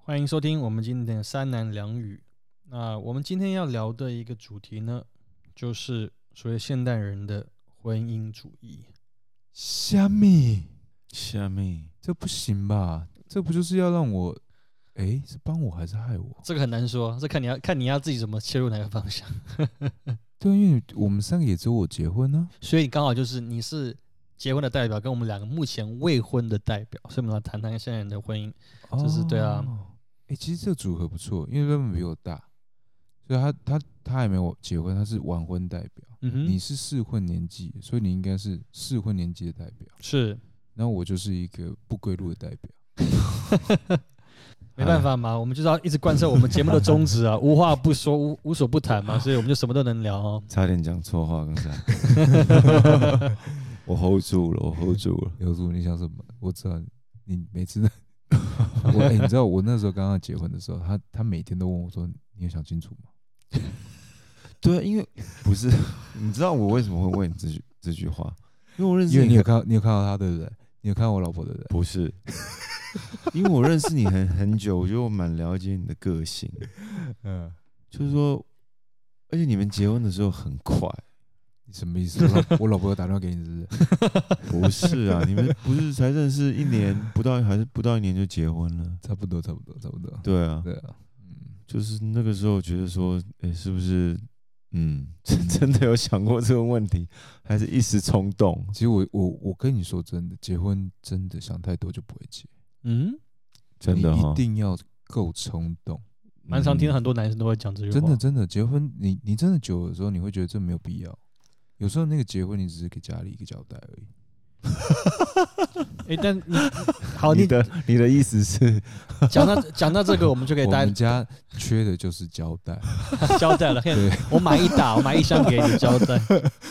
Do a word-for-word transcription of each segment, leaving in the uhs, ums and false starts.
欢迎收听我们今天的三男两语。那我们今天要聊的一个主题呢，就是所谓现代人的婚姻主义。 虾米？ 虾米？ 这不行吧？这不就是要让我，哎，是帮我还是害我？ 这个很难说，这看你要看你要自己怎么切入哪个方向。 对，因为我们三个也只有我结婚呢、 所以刚好就是你是结婚的代表，跟我们两个目前未婚的代表，所以我们来谈谈现在人的婚姻。 啊。 就是对啊。 哎，其实这个组合不错，因为 Raymond 比我大，所以他他他还没有结婚，他是晚婚代表。 嗯哼， 你是适婚年纪，所以你应该是适婚年纪的代表。 是， 然后我就是一个不归路的代表。 没办法嘛，我们就是要一直贯彻我们节目的宗旨啊，无话不说，无无所不谈嘛，所以我们就什么都能聊哦。 差点讲错话，刚才我 hold 住了，我 hold 住了。 刘叔，你想什么？我知道你每次我、欸、你知道我那时候刚刚结婚的时候，他他每天都问我说：“你有想清楚吗？” 对啊，因为不是，你知道我为什么会问你这句这句话？因为我认识因为你有很看到你有看到他对不对？你有看到我老婆对不对？ 不是，因为我认识你很很久，我觉得我蛮了解你的个性。 嗯， 就是说，而且你们结婚的时候很快。 你什么意思？我老我老婆有打电话给你是不是？ 不是啊，你们不是才认识一年不到，还是不到一年就结婚了？ 差不多，差不多，差不多。 对啊， 对啊，嗯， 就是那个时候觉得说，哎、欸，是不是，嗯，真的有想过这个问题，还是一时冲动？ 其实我我我跟你说真的，结婚真的想太多就不会结。 嗯， 真的哈， 一定要够冲动。 蛮常听到很多男生都会讲这句话。 真的真的，结婚你你真的久的时候，你会觉得这没有必要。有时候那个结婚，你只是给家里一个交代而已。 哎、欸，但你好， 你的你的意思是讲到讲到这个，我们就可以我大们家缺的就是交代， 交代了。 对， 我买一打，我买一箱给你交代。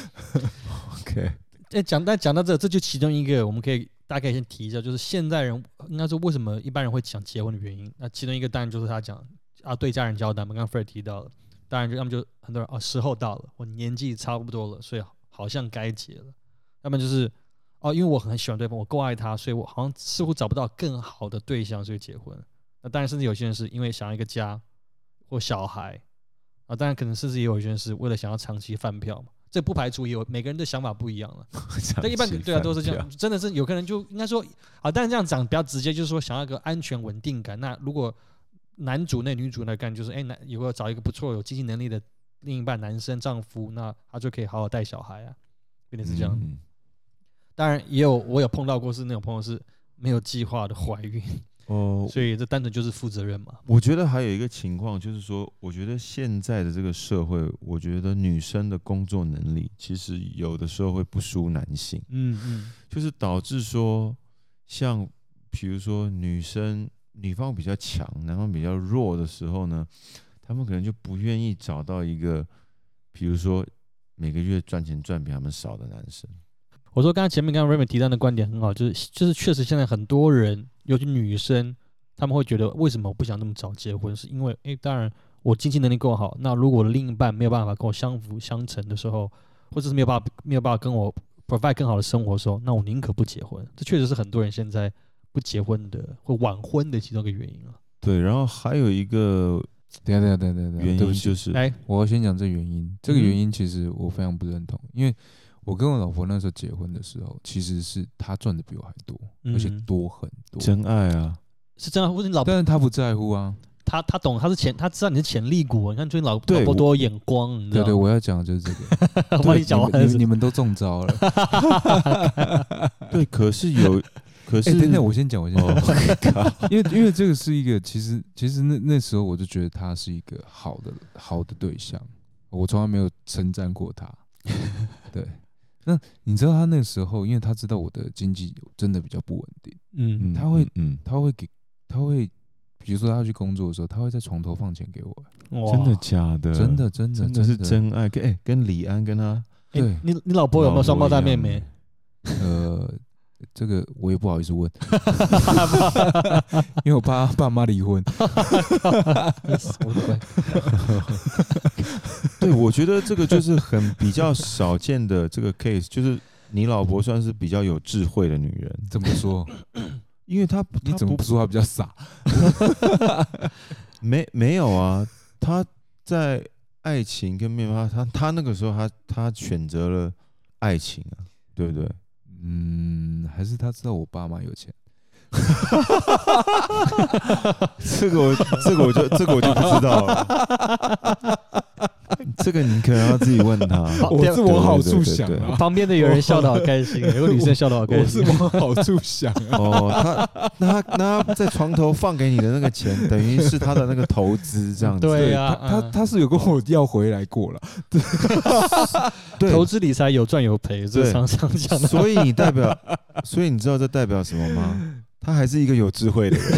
OK， 哎、欸，讲但讲到这个，这就其中一个，我们可以大概先提一下，就是现代人应该说为什么一般人会想结婚的原因。那其中一个当然就是他讲啊，对家人交代嘛，刚刚 Fred 提到了。当然就他们就很多人哦，时候到了，我年纪差不多了，所以好像该结了。要么就是哦，因为我很喜欢对方，我够爱他，所以我好像似乎找不到更好的对象，所以结婚。那当然，甚至有些人是因为想要一个家或小孩啊，当然可能甚至也有一些人是为了想要长期饭票嘛。这不排除也有每个人的想法不一样了。但一般对啊都是这样，真的是有个人就应该说啊，但是这样讲比较直接，就是说想要一个安全稳定感。那如果男主内女主那干就是哎，男如果找一个不错有经济能力的另一半男生丈夫，那他就可以好好带小孩啊，变成是这样。嗯、当然也有我有碰到过是那种朋友是没有计划的怀孕哦，所以这单纯就是负责任嘛。 我觉得还有一个情况就是说，我觉得现在的这个社会，我觉得女生的工作能力其实有的时候会不输男性，嗯嗯，就是导致说，像比如说女生。女方比较强，男方比较弱的时候呢，他们可能就不愿意找到一个，比如说每个月赚钱赚比他们少的男生。 我说刚才前面刚刚 Raymond 提到的观点很好，就是就是确实现在很多人，尤其女生，他们会觉得为什么我不想那么早结婚，是因为哎，当然我经济能力够好，那如果我的另一半没有办法跟我相辅相成的时候，或者是没有办法没有办法跟我 provide 更好的生活的时候，那我宁可不结婚。这确实是很多人现在不结婚的或晚婚的其中一个原因啊。 对，然后还有一个， 等一下等一下等一下， 原因就是， 哎，我要先讲这个原因。这个原因其实我非常不认同，因为我跟我老婆那时候结婚的时候，其实是她赚的比我还多，而且多很多。 真爱啊， 是真爱，或者你老婆， 但是她不在乎啊。 他他懂，他是潜，他知道你是潜力股。你看最近老老婆多有眼光，你知道对对，我要讲的就是这个。我帮你讲完， 你们你们都中招了。 对，可是有。可是， 欸、等等，我先讲，我先讲， oh、因为因为这个是一个，其实其实那那时候我就觉得他是一个好的好的对象，我从来没有称赞过他。对，那你知道他那个时候，因为他知道我的经济真的比较不稳定，嗯，他会，嗯，他会给，他会，比如说他要去工作的时候，他会在床头放钱给我。 真的假的？ 真的真的真的是真爱。跟哎、欸，跟李安跟他， 对，欸、你你老婆有没有双胞胎妹妹？ 呃。这个我也不好意思问，因为我怕爸妈离婚。 对，我觉得这个就是很比较少见的这个 case， 就是你老婆算是比较有智慧的女人。 怎么说？ 因为他你怎么不说他比较傻？ 没没有啊，他在爱情跟面包，他他那个时候他他选择了爱情啊，对不对？ 嗯，还是他知道我爸妈有钱。 这个我这个我就这个我就不知道了。这个你可能要自己问他。 我是往好处想啊。 旁边的有人笑得好开心，有个女生笑得好开心。 我是往好处想啊。 哦，他那他那他在床头放给你的那个钱，等于是他的那个投资这样子。 对呀、 啊，他他他是有跟我要回来过了。对， 对， 投资理财有赚有赔，这常常讲的。 所以你代表，所以你知道这代表什么吗？他还是一个有智慧的人。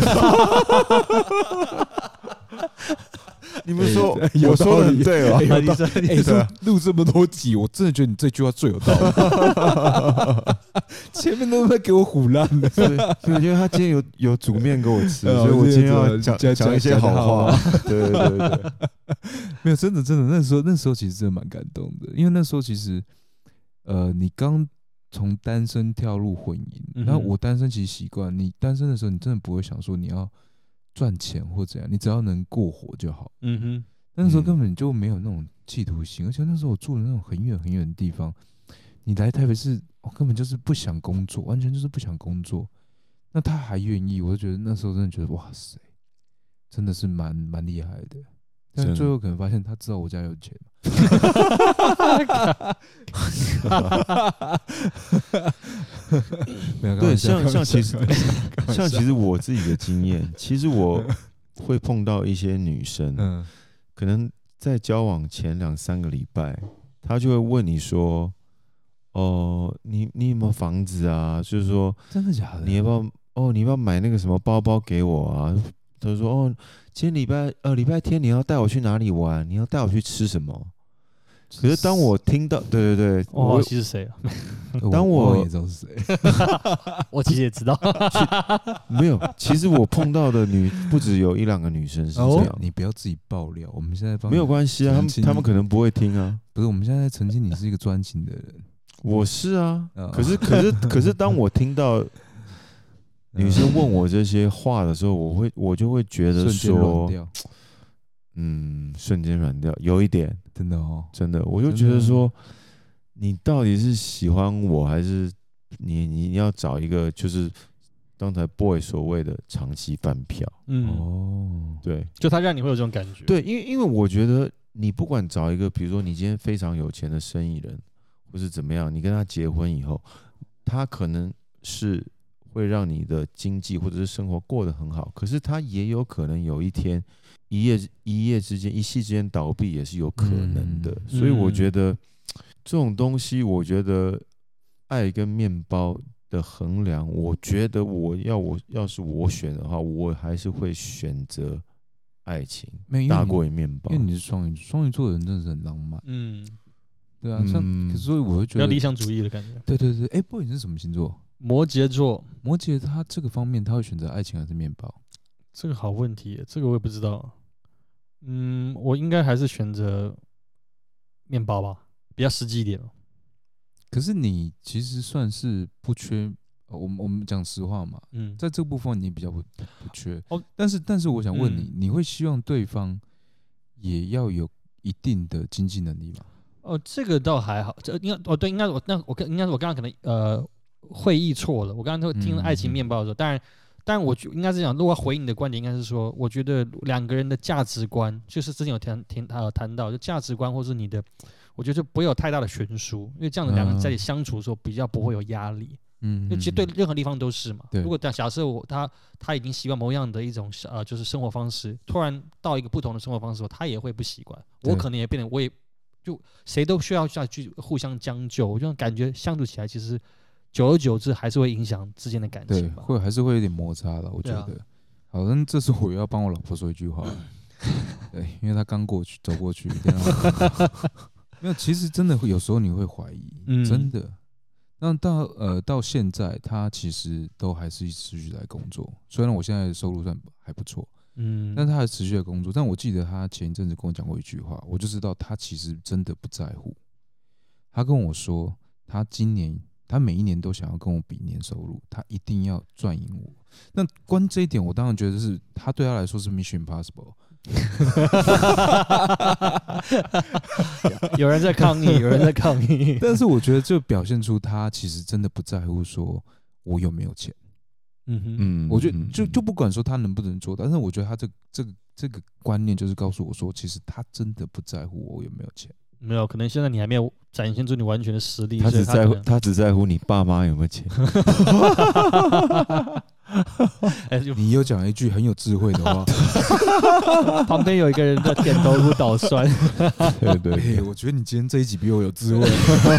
你们说，欸、我说的很对哦。 哎、欸，录这么多集，我真的觉得你这句话最有道理。前面都在给我唬烂的， 对，因为他今天有有煮面给我吃，所以我今天要讲讲一些好话。对对对对， 没有，真的真的，那时候那时候其实真的蛮感动的，因为那时候其实，呃，你刚从单身跳入婚姻，嗯、然后我单身其实习惯，你单身的时候，你真的不会想说你要赚钱或怎样，你只要能过活就好。 嗯哼， 那时候根本就没有那种企图心，而且那时候我住的那种很远很远的地方，你来台北市，我根本就是不想工作，完全就是不想工作。那他还愿意，我就觉得那时候真的觉得哇塞，真的是蛮蛮厉害的。但最后可能发现他知道我家有钱。 对，像像其实像其实我自己的经验，其实我会碰到一些女生，嗯，可能在交往前两三个礼拜，她就会问你说：“哦，你你有没有房子啊？就是说， 真的假的？ 你要不要哦？你要不要买那个什么包包给我啊？”他说：“哦，今天礼拜呃礼拜天你要带我去哪里玩？你要带我去吃什么？”可是当我听到，对对对， 我忘记是谁了。 当我也知道是谁， 我其实也知道。 没有，其实我碰到的女不止有一两个女生是这样。 哦、你不要自己爆料，我们现在没有关系啊，他们他们可能不会听啊。 不是，我们现在在澄清你是一个专情的人。 我是啊，哦、可是可是可是当我听到女生问我这些话的时候，我会我就会觉得说，嗯，瞬间软掉，有一点。 真的哦， 真的，我就觉得说，你到底是喜欢我，还是你你要找一个就是刚才 boy 所谓的长期饭票？ 嗯， 哦，对， 就他让你会有这种感觉。 对，因为因为我觉得你不管找一个，比如说你今天非常有钱的生意人，或是怎么样，你跟他结婚以后，他可能是会让你的经济或者是生活过得很好，可是他也有可能有一天。一夜一夜之间，一夕之间倒闭也是有可能的，嗯、所以我觉得这种东西，我觉得爱跟面包的衡量，我觉得我要我要是我选的话，我还是会选择爱情大过于面包， 因为你是双鱼，双鱼座的人真的是很浪漫， 嗯， 对啊，像、嗯、可是所以我会觉得比较理想主义的感觉， 对对对，哎、欸，不，你是什么星座？ 摩羯座， 摩羯他这个方面他会选择爱情还是面包？ 这个好问题，这个我也不知道。嗯，我应该还是选择面包吧，比较实际一点。 可是你其实算是不缺，我们我们讲实话嘛，嗯，在这部分你比较不不缺。哦，但是但是我想问你，嗯、你会希望对方也要有一定的经济能力吗？ 哦，这个倒还好，这应该哦对，应该我那我应该我刚刚可能呃会意错了，我刚刚听爱情面包的时候，当然。但我应该是讲，如果要回应你的观点，应该是说，我觉得两个人的价值观，就是之前有谈谈他有谈到，就价值观或是你的，我觉得就不会有太大的悬殊，因为这样的两个人在一起相处的时候比较不会有压力。嗯，因为其实对任何地方都是嘛。如果假设我他他已经习惯某样的一种呃就是生活方式，突然到一个不同的生活方式，他也会不习惯。我可能也变得，我也就谁都需要下去互相将就，我就感觉相处起来其实。久而久之还是会影响之间的感情吧， 对，会还是会有点摩擦的，我觉得。啊、好，那这时候我要帮我老婆说一句话，对，因为她刚过去走过去，没有，其实真的会有时候你会怀疑，嗯、真的。那到呃到现在，她其实都还是持续在工作，虽然我现在的收入算还不错，嗯，但她还持续在工作。但我记得她前一阵子跟我讲过一句话，我就知道她其实真的不在乎。她跟我说，她今年。 他每一年都想要跟我比年收入，他一定要赚赢我。那关于这一点，我当然觉得是他对他来说是 Mission Impossible。 有人在抗议，有人在抗议。 但是我觉得这表现出他其实真的不在乎说我有没有钱。 嗯哼， 嗯，我觉得就就不管说他能不能做到，但是我觉得他这这个这个观念就是告诉我说，其实他真的不在乎我有没有钱。 没有，可能现在你还没有展现出你完全的实力。 他只在乎他只在乎你爸妈有没有钱。 你又讲一句很有智慧的话。 旁边有一个人在点头如捣蒜。 对对对、欸，我觉得你今天这一集比我有智慧。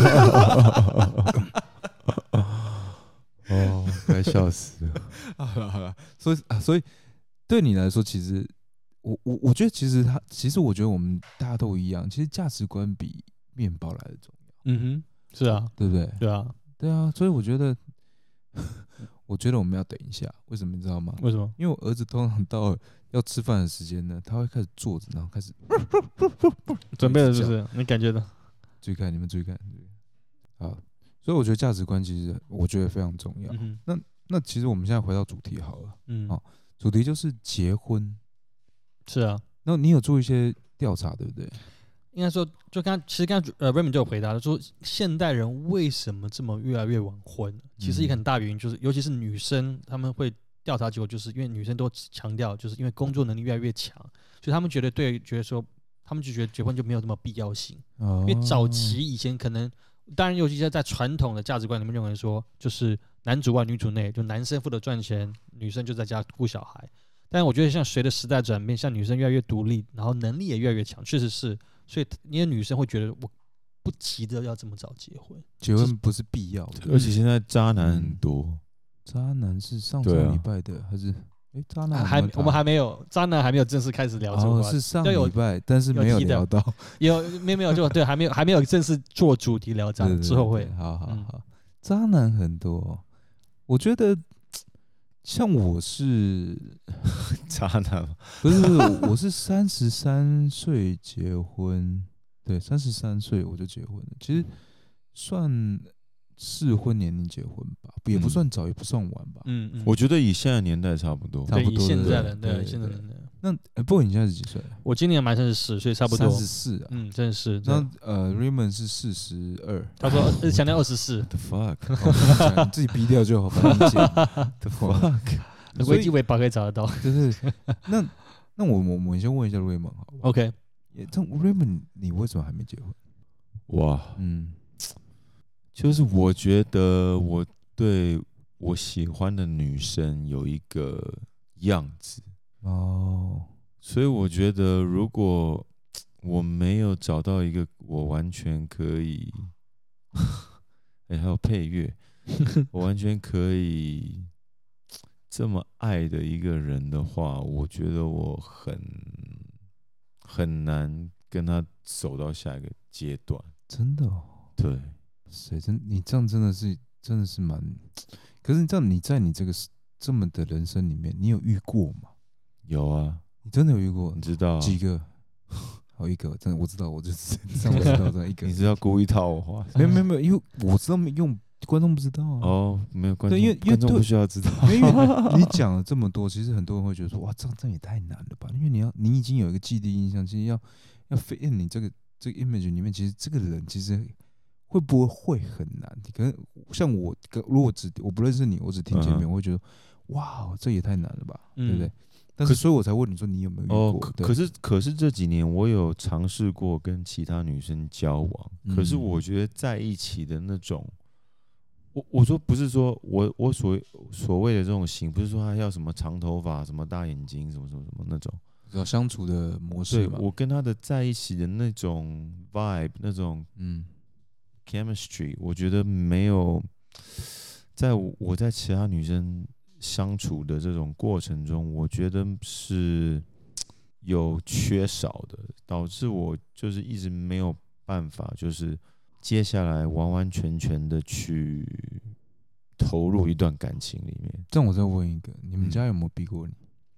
哦，快笑死了！ 好了好了，所以啊，所以对你来说，其实我我我觉得，其实他，其实我觉得我们大家都一样，其实价值观比面包来的重要。 嗯哼，是啊， 对不对？ 对啊， 对啊，所以我觉得，我觉得我们要等一下，为什么你知道吗？ 为什么？ 因为我儿子通常到了要吃饭的时间呢，他会开始坐着，然后开始准备了，是不是？你感觉到？ 注意看，你们注意看，好。所以我觉得价值观其实我觉得非常重要。嗯、那那其实我们现在回到主题好了，嗯，好、哦，主题就是结婚。 是啊， 那你有做一些调查，对不对？ 应该说，就刚其实刚刚呃 Raymond 就有回答了，说现代人为什么这么越来越晚婚？其实一个很大原因就是，尤其是女生，他们会调查结果就是因为女生都强调，就是因为工作能力越来越强，所以他们觉得对，觉得说他们就觉得结婚就没有那么必要性。哦、因为早期以前可能。当然，尤其是在传统的价值观里面认为说，就是男主外女主内，就男生负责赚钱，女生就在家顾小孩。但我觉得像随着时代转变，像女生越来越独立，然后能力也越来越强，确实是，所以因为女生会觉得我不急着要这么早结婚， 结婚不是必要的， 而且现在渣男很多。 嗯、渣男是上上礼拜的、啊、还是？哎，渣男还我们还没有，渣男还没有正式开始聊这个话题。 哦，是上礼拜，但是没有聊到， 有没有没有就对，还没有还没有正式做主题聊渣男，之后会。 好好好、嗯，渣男很多，我觉得像我是渣男， 不是不是，我是三十三岁结婚，对，三十三岁我就结婚了，其实算。适婚年龄结婚吧，也不算早，也不算晚吧。 嗯嗯， 我觉得以现在年代差不多， 差不多。现在的对，现在的那欸、不过你现在是几岁？ 我今年满三十四，所以差不多三十四啊。 嗯，真的是。 那呃 ，Raymond 是四十二， 他说强调二十四。 The fuck， 哦、你自己逼掉就好，反正你 The fuck， 维基维保可以找得到。 就是那那我我们先问一下 Raymond 好不好 ？OK， 这 Raymond 你为什么还没结婚？ 哇，嗯。就是我觉得我对我喜欢的女生有一个样子哦，所以我觉得如果我没有找到一个我完全可以，哎、欸，还有配乐，我完全可以这么爱的一个人的话，我觉得我很很难跟他走到下一个阶段。 真的哦， 对。 谁真你这样真的是真的是蛮，可是你这样你在你这个这么的人生里面，你有遇过吗？ 有啊， 你真的有遇过？ 你知道、啊、 几个？好一个，真的我知道，我就是这样知道这一个。 你是要故意套我话？ 没有没有没有，因为我知道用观众不知道啊。 哦，没有观众， 对，因为观众不需要知道。 因为你讲了这么多，其实很多人会觉得说，哇，这样这样也太难了吧？因为你要你已经有一个既定印象，其实要要 fit in 你这个这个 image 里面，其实这个人其实。会不会会很难？可能像我，如果只我不认识你，我只听前面，嗯、我会觉得，哇，这也太难了吧，嗯、对不对？但是所以我才问你说，你有没有遇过？ 哦，可可是可是这几年我有尝试过跟其他女生交往，嗯、可是我觉得在一起的那种，我我说不是说我我所所谓的这种型，不是说他要什么长头发、什么大眼睛、什么什么什么那种， 要相处的模式嘛。 对，我跟他的在一起的那种 vibe， 那种嗯。chemistry， 我觉得没有，在我在其他女生相处的这种过程中，我觉得是有缺少的，导致我就是一直没有办法，就是接下来完完全全的去投入一段感情里面。 这样我再问一个，你们家有没有逼过你？嗯、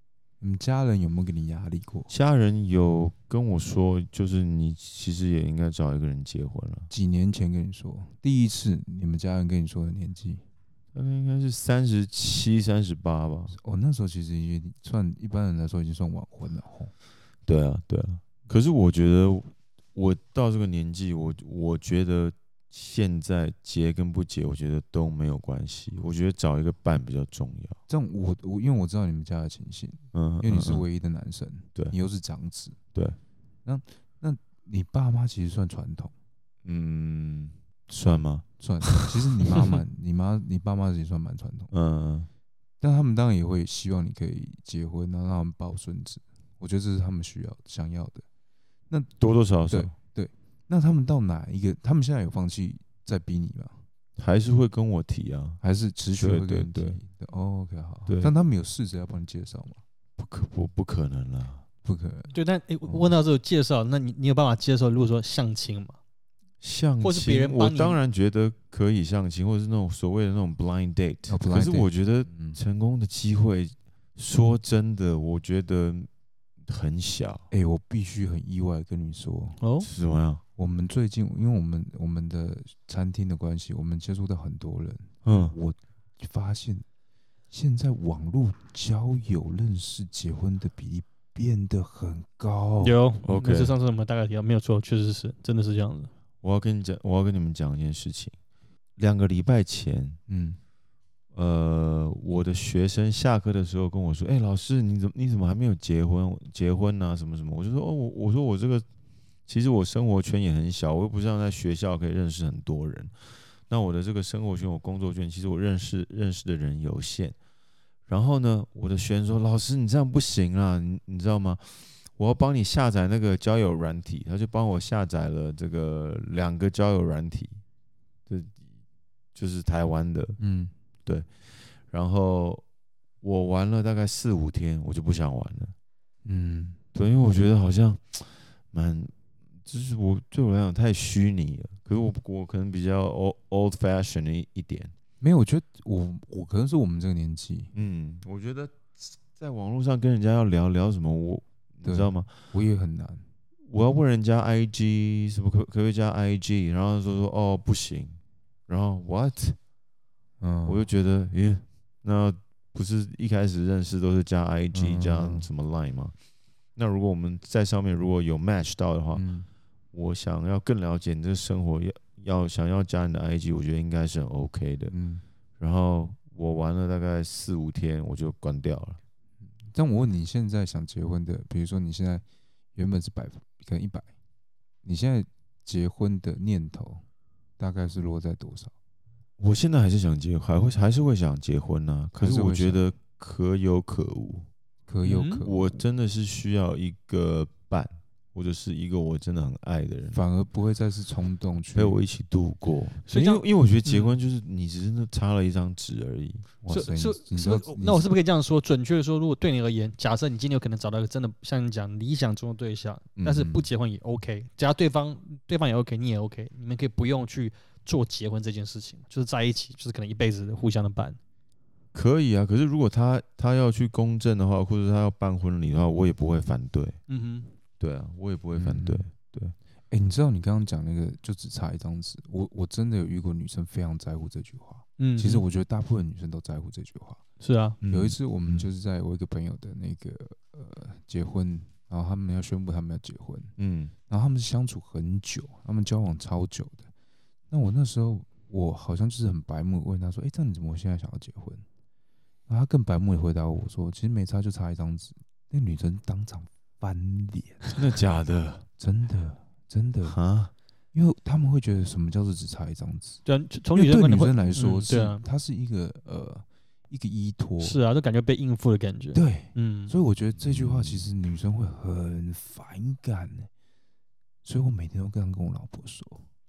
你们家人有没有给你压力过？ 家人有跟我说，就是你其实也应该找一个人结婚了。 几年前跟你说，第一次你们家人跟你说的年纪， 大概应该是三十七、三十八吧。 哦，那时候其实已经算一般人来说已经算晚婚了吼。 对啊，对啊。可是我觉得我到这个年纪，我我觉得现在结跟不结，我觉得都没有关系。我觉得找一个伴比较重要。 这样我我因为我知道你们家的情形， 嗯， 因为你是唯一的男生， 对， 你又是长子， 对。 那那你爸妈其实算传统， 嗯，算吗？ 算。其实你妈妈、你妈、你爸妈也算蛮传统， 嗯， 但他们当然也会希望你可以结婚，然后让他们抱孙子。我觉得这是他们需要、想要的。那多多少少， 对对。那他们到哪一个？他们现在有放弃在逼你吗？ 还是会跟我提啊， 还是持续会跟你提？ 对对对哦 ，OK， 好。 对， 但他们有试着要帮你介绍吗？ 不可不不可能啦， 不可能。 对，但诶、欸，问到这个介绍，那你你有办法接受？如果说相亲嘛， 相或是别人亲， 帮你我当然觉得可以相亲，或者是那种所谓的那种 blind date、 哦、blind 可是 date 我觉得嗯成功的机会，说真的，我觉得很小。 哎、欸，我必须很意外跟你说， 哦， 是怎么样？ 我们最近，因为我们我们的餐厅的关系，我们接触到很多人。 嗯， 我发现现在网络交友认识结婚的比例变得很高。 有 OK 那是上次我们大概提到，没有错，确实是，真的是这样子。 我要跟你讲，我要跟你们讲一件事情。两个礼拜前， 嗯， 呃，我的学生下课的时候跟我说：“哎、欸，老师，你怎么你怎么还没有结婚？结婚啊，什么什么？”我就说：“哦，我我说我这个，其实我生活圈也很小，我又不像在学校可以认识很多人。那我的这个生活圈，我工作圈，其实我认识认识的人有限。然后呢，我的学生说：老师，你这样不行啊，你你知道吗？我要帮你下载那个交友软体，他就帮我下载了这个两个交友软体，这就是台湾的， 嗯， 对。然后我玩了大概四五天，我就不想玩了， 嗯， 对，因为我觉得好像蛮，就是我对我来讲太虚拟了。可是我我可能比较 old old fashion 一一点， 没有，我觉得我我可能是我们这个年纪， 嗯，我觉得在网络上跟人家要聊聊什么，我你知道吗？ 我也很难。 我要问人家 I G 什么可可不可以加 I G， 然后说说哦不行，然后 what， 嗯， 我就觉得，咦，那不是一开始认识都是加 I G、 嗯、 加什么 Line 吗？那如果我们在上面如果有 match 到的话， 嗯， 我想要更了解你这个生活，要要想要加你的 I G， 我觉得应该是很 OK 的。 嗯， 然后我玩了大概四五天，我就关掉了。 但我问你，现在想结婚的，比如说你现在原本是百可能一百，你现在结婚的念头大概是落在多少？ 我现在还是想结，还会还是会想结婚啊。可是我觉得可有可无， 可有可无。 我真的是需要一个伴，或者是一个我真的很爱的人， 反而不会再是冲动去陪我一起度过。 所以因为因为我觉得结婚就是你只是插了一张纸而已。 哇塞， 是你是那我是不是可以这样说？准确的说，如果对你而言，假设你今天有可能找到一个真的像你讲理想中的对象，但是不结婚也 OK， 只要对方对方也 OK， 你也 OK， 你们可以不用去做结婚这件事情，就是在一起，就是可能一辈子的互相的伴。 可以啊，可是如果他他要去公证的话，或者他要办婚礼的话，我也不会反对。 嗯哼， 对啊，我也不会反对。嗯、对， 哎、欸，你知道你刚刚讲那个就只差一张纸，我我真的有遇过女生非常在乎这句话。嗯，其实我觉得大部分女生都在乎这句话。 是啊， 有一次我们就是在我一个朋友的那个呃结婚，然后他们要宣布他们要结婚，嗯，然后他们是相处很久，他们交往超久的。那我那时候我好像就是很白目问他说：“哎、欸，这样你怎么现在想要结婚？”然后他更白目的回答我说：“其实没差，就差一张纸。”那女生当场翻脸， 真的假的？ 真的真的啊！ 因为他们会觉得什么叫做只差一张纸？ 对啊，从女生对女生来说是， 嗯啊、 它是一个呃一个依托， 是啊，就感觉被应付的感觉。 对， 嗯， 所以我觉得这句话其实女生会很反感，所以我每天都这样跟我老婆说，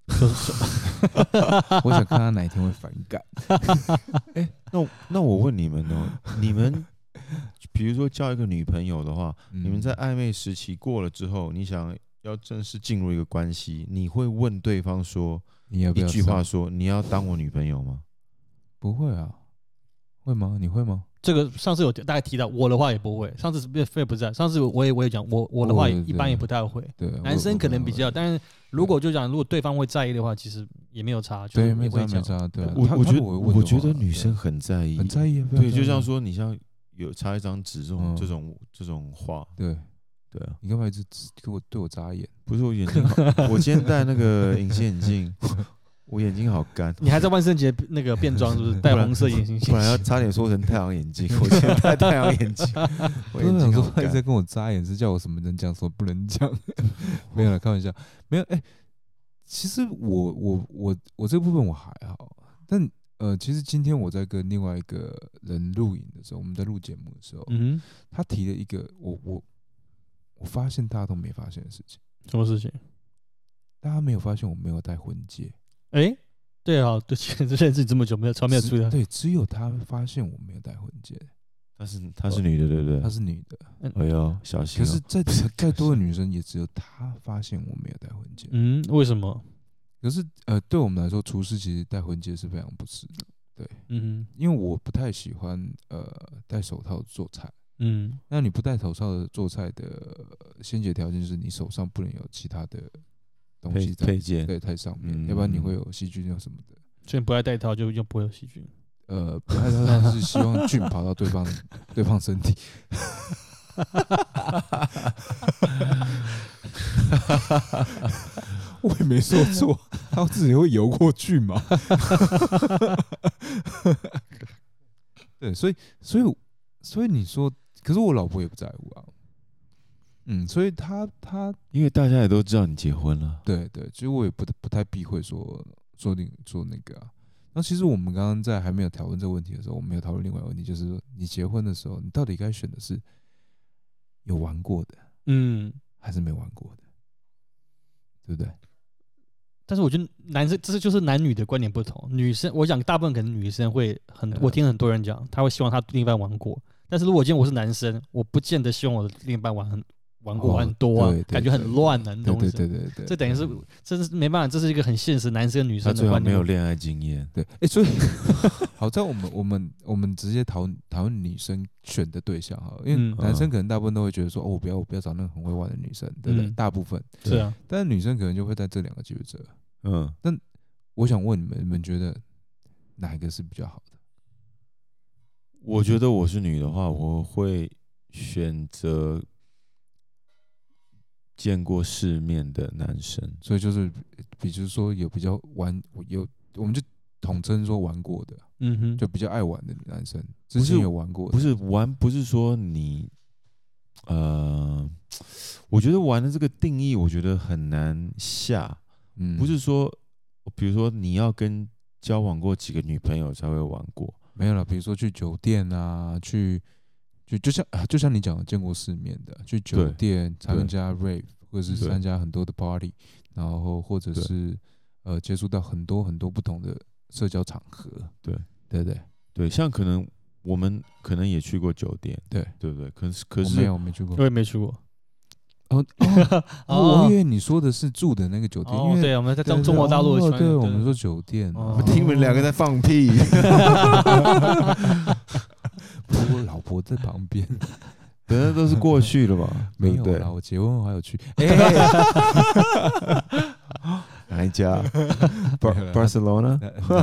我想看她哪一天会反感。 哎、欸，那那我问你们哦，你们比如说交一个女朋友的话，嗯、你们在暧昧时期过了之后，你想要正式进入一个关系，你会问对方说， 你要不要一句话说，你要当我女朋友吗？ 不会啊， 会吗？你会吗？ 这个上次有大概提到，我的话也不会。上次是费不在，上次我也我也讲，我我的话一般也不太会。 对， 男生可能比较，但是如果就讲，如果对方会在意的话，其实也没有差。 对，没差没差。对， 我我觉得我觉得女生很在意， 很在意。 对，就像说你像有插一张纸这种这种这种话， 对对啊。 你干嘛一直给我对我眨眼？ 不是我眼睛好，我今天戴那个隐形眼镜。我眼睛好干， 你还在万圣节那个变装是不是？戴红色眼镜， 不然要差点说成太阳眼镜。我今天戴太阳眼镜，我眼睛好干。 一直在跟我眨眼，是叫我什么能讲，什么不能讲？没有了，开玩笑。没有，哎、欸，其实我我我我这部分我还好，但呃，其实今天我在跟另外一个人录影的时候，我们在录节目的时候，嗯，他提了一个我我我发现大家都没发现的事情。 什么事情？ 大家没有发现我没有戴婚戒。 哎、欸，对啊，对，认识这么久没有，从没有注意到。 对，只有他发现我没有戴婚戒。 她是她是女的，对不对？ 她是女的。 哎呦，小心、喔！ 可是再再多的女生，也只有她发现我没有戴婚戒。 嗯，为什么？ 可是呃，对我们来说，厨师其实戴婚戒是非常不适的。对，嗯，因为我不太喜欢呃戴手套做菜。嗯，那你不戴手套的做菜的先决条件就是你手上不能有其他的。东西配件对在上面、嗯，要不然你会有细菌又什么的。 所以不爱戴套就就不会有细菌。 呃，不爱戴套是希望菌跑到对方对方身体。我也没说错，他自己会游过去嘛。对，所以所以所以你说，可是我老婆也不在乎啊。嗯，所以他他因为大家也都知道你结婚了， 对对，其实我也不不太避讳说说你说那个啊。那其实我们刚刚在还没有讨论这个问题的时候，我们有讨论另外一个问题，就是说你结婚的时候，你到底该选的是有玩过的，嗯，还是没玩过的，对不对？ 但是我觉得男生这是就是男女的观点不同，女生我想大部分可能女生会很，我听很多人讲，他会希望他另一半玩过，但是如果今天我是男生，我不见得希望我的另一半玩很。玩过很多啊， 哦、 感觉很乱啊，你懂对对对对对， 这等于是，这是没办法，这是一个很现实男生女生的观念。 他最好没有恋爱经验， 对，哎、欸，所以好在我们我们我们直接讨讨论女生选的对象哈，因为男生可能大部分都会觉得说，哦，我不要我不要找那个很会玩的女生，对不对？嗯、大部分是啊， 但是女生可能就会在这两个抉择，嗯，但我想问你们，你们觉得哪一个是比较好的？ 我觉得我是女的话，我会选择。见过世面的男生， 所以就是，比如说有比较玩有，我们就统称说玩过的，嗯哼，就比较爱玩的男生，之前有玩过的， 不是玩，不是说你，呃，我觉得玩的这个定义，我觉得很难下，嗯，不是说，比如说你要跟交往过几个女朋友才会玩过， 没有啦，比如说去酒店啊，去。就就像就像你讲的，见过世面的，去酒店参加 rave 或者是参加很多的 party， 然后或者是呃接触到很多很多不同的社交场合， 对对对对，像可能我们可能也去过酒店， 对对不对？可是可是没有，我没去过， 我也没去过。 哦哦，哦我以为你说的是住的那个酒店， 哦、 因为对，我们在中中国大陆的， 对，对我们说酒店， 我听你们两个在放屁。 我老婆在旁边， 等下都是过去了吧？ 没有啦，我结婚后还有去。 哪一家 ？Barcelona。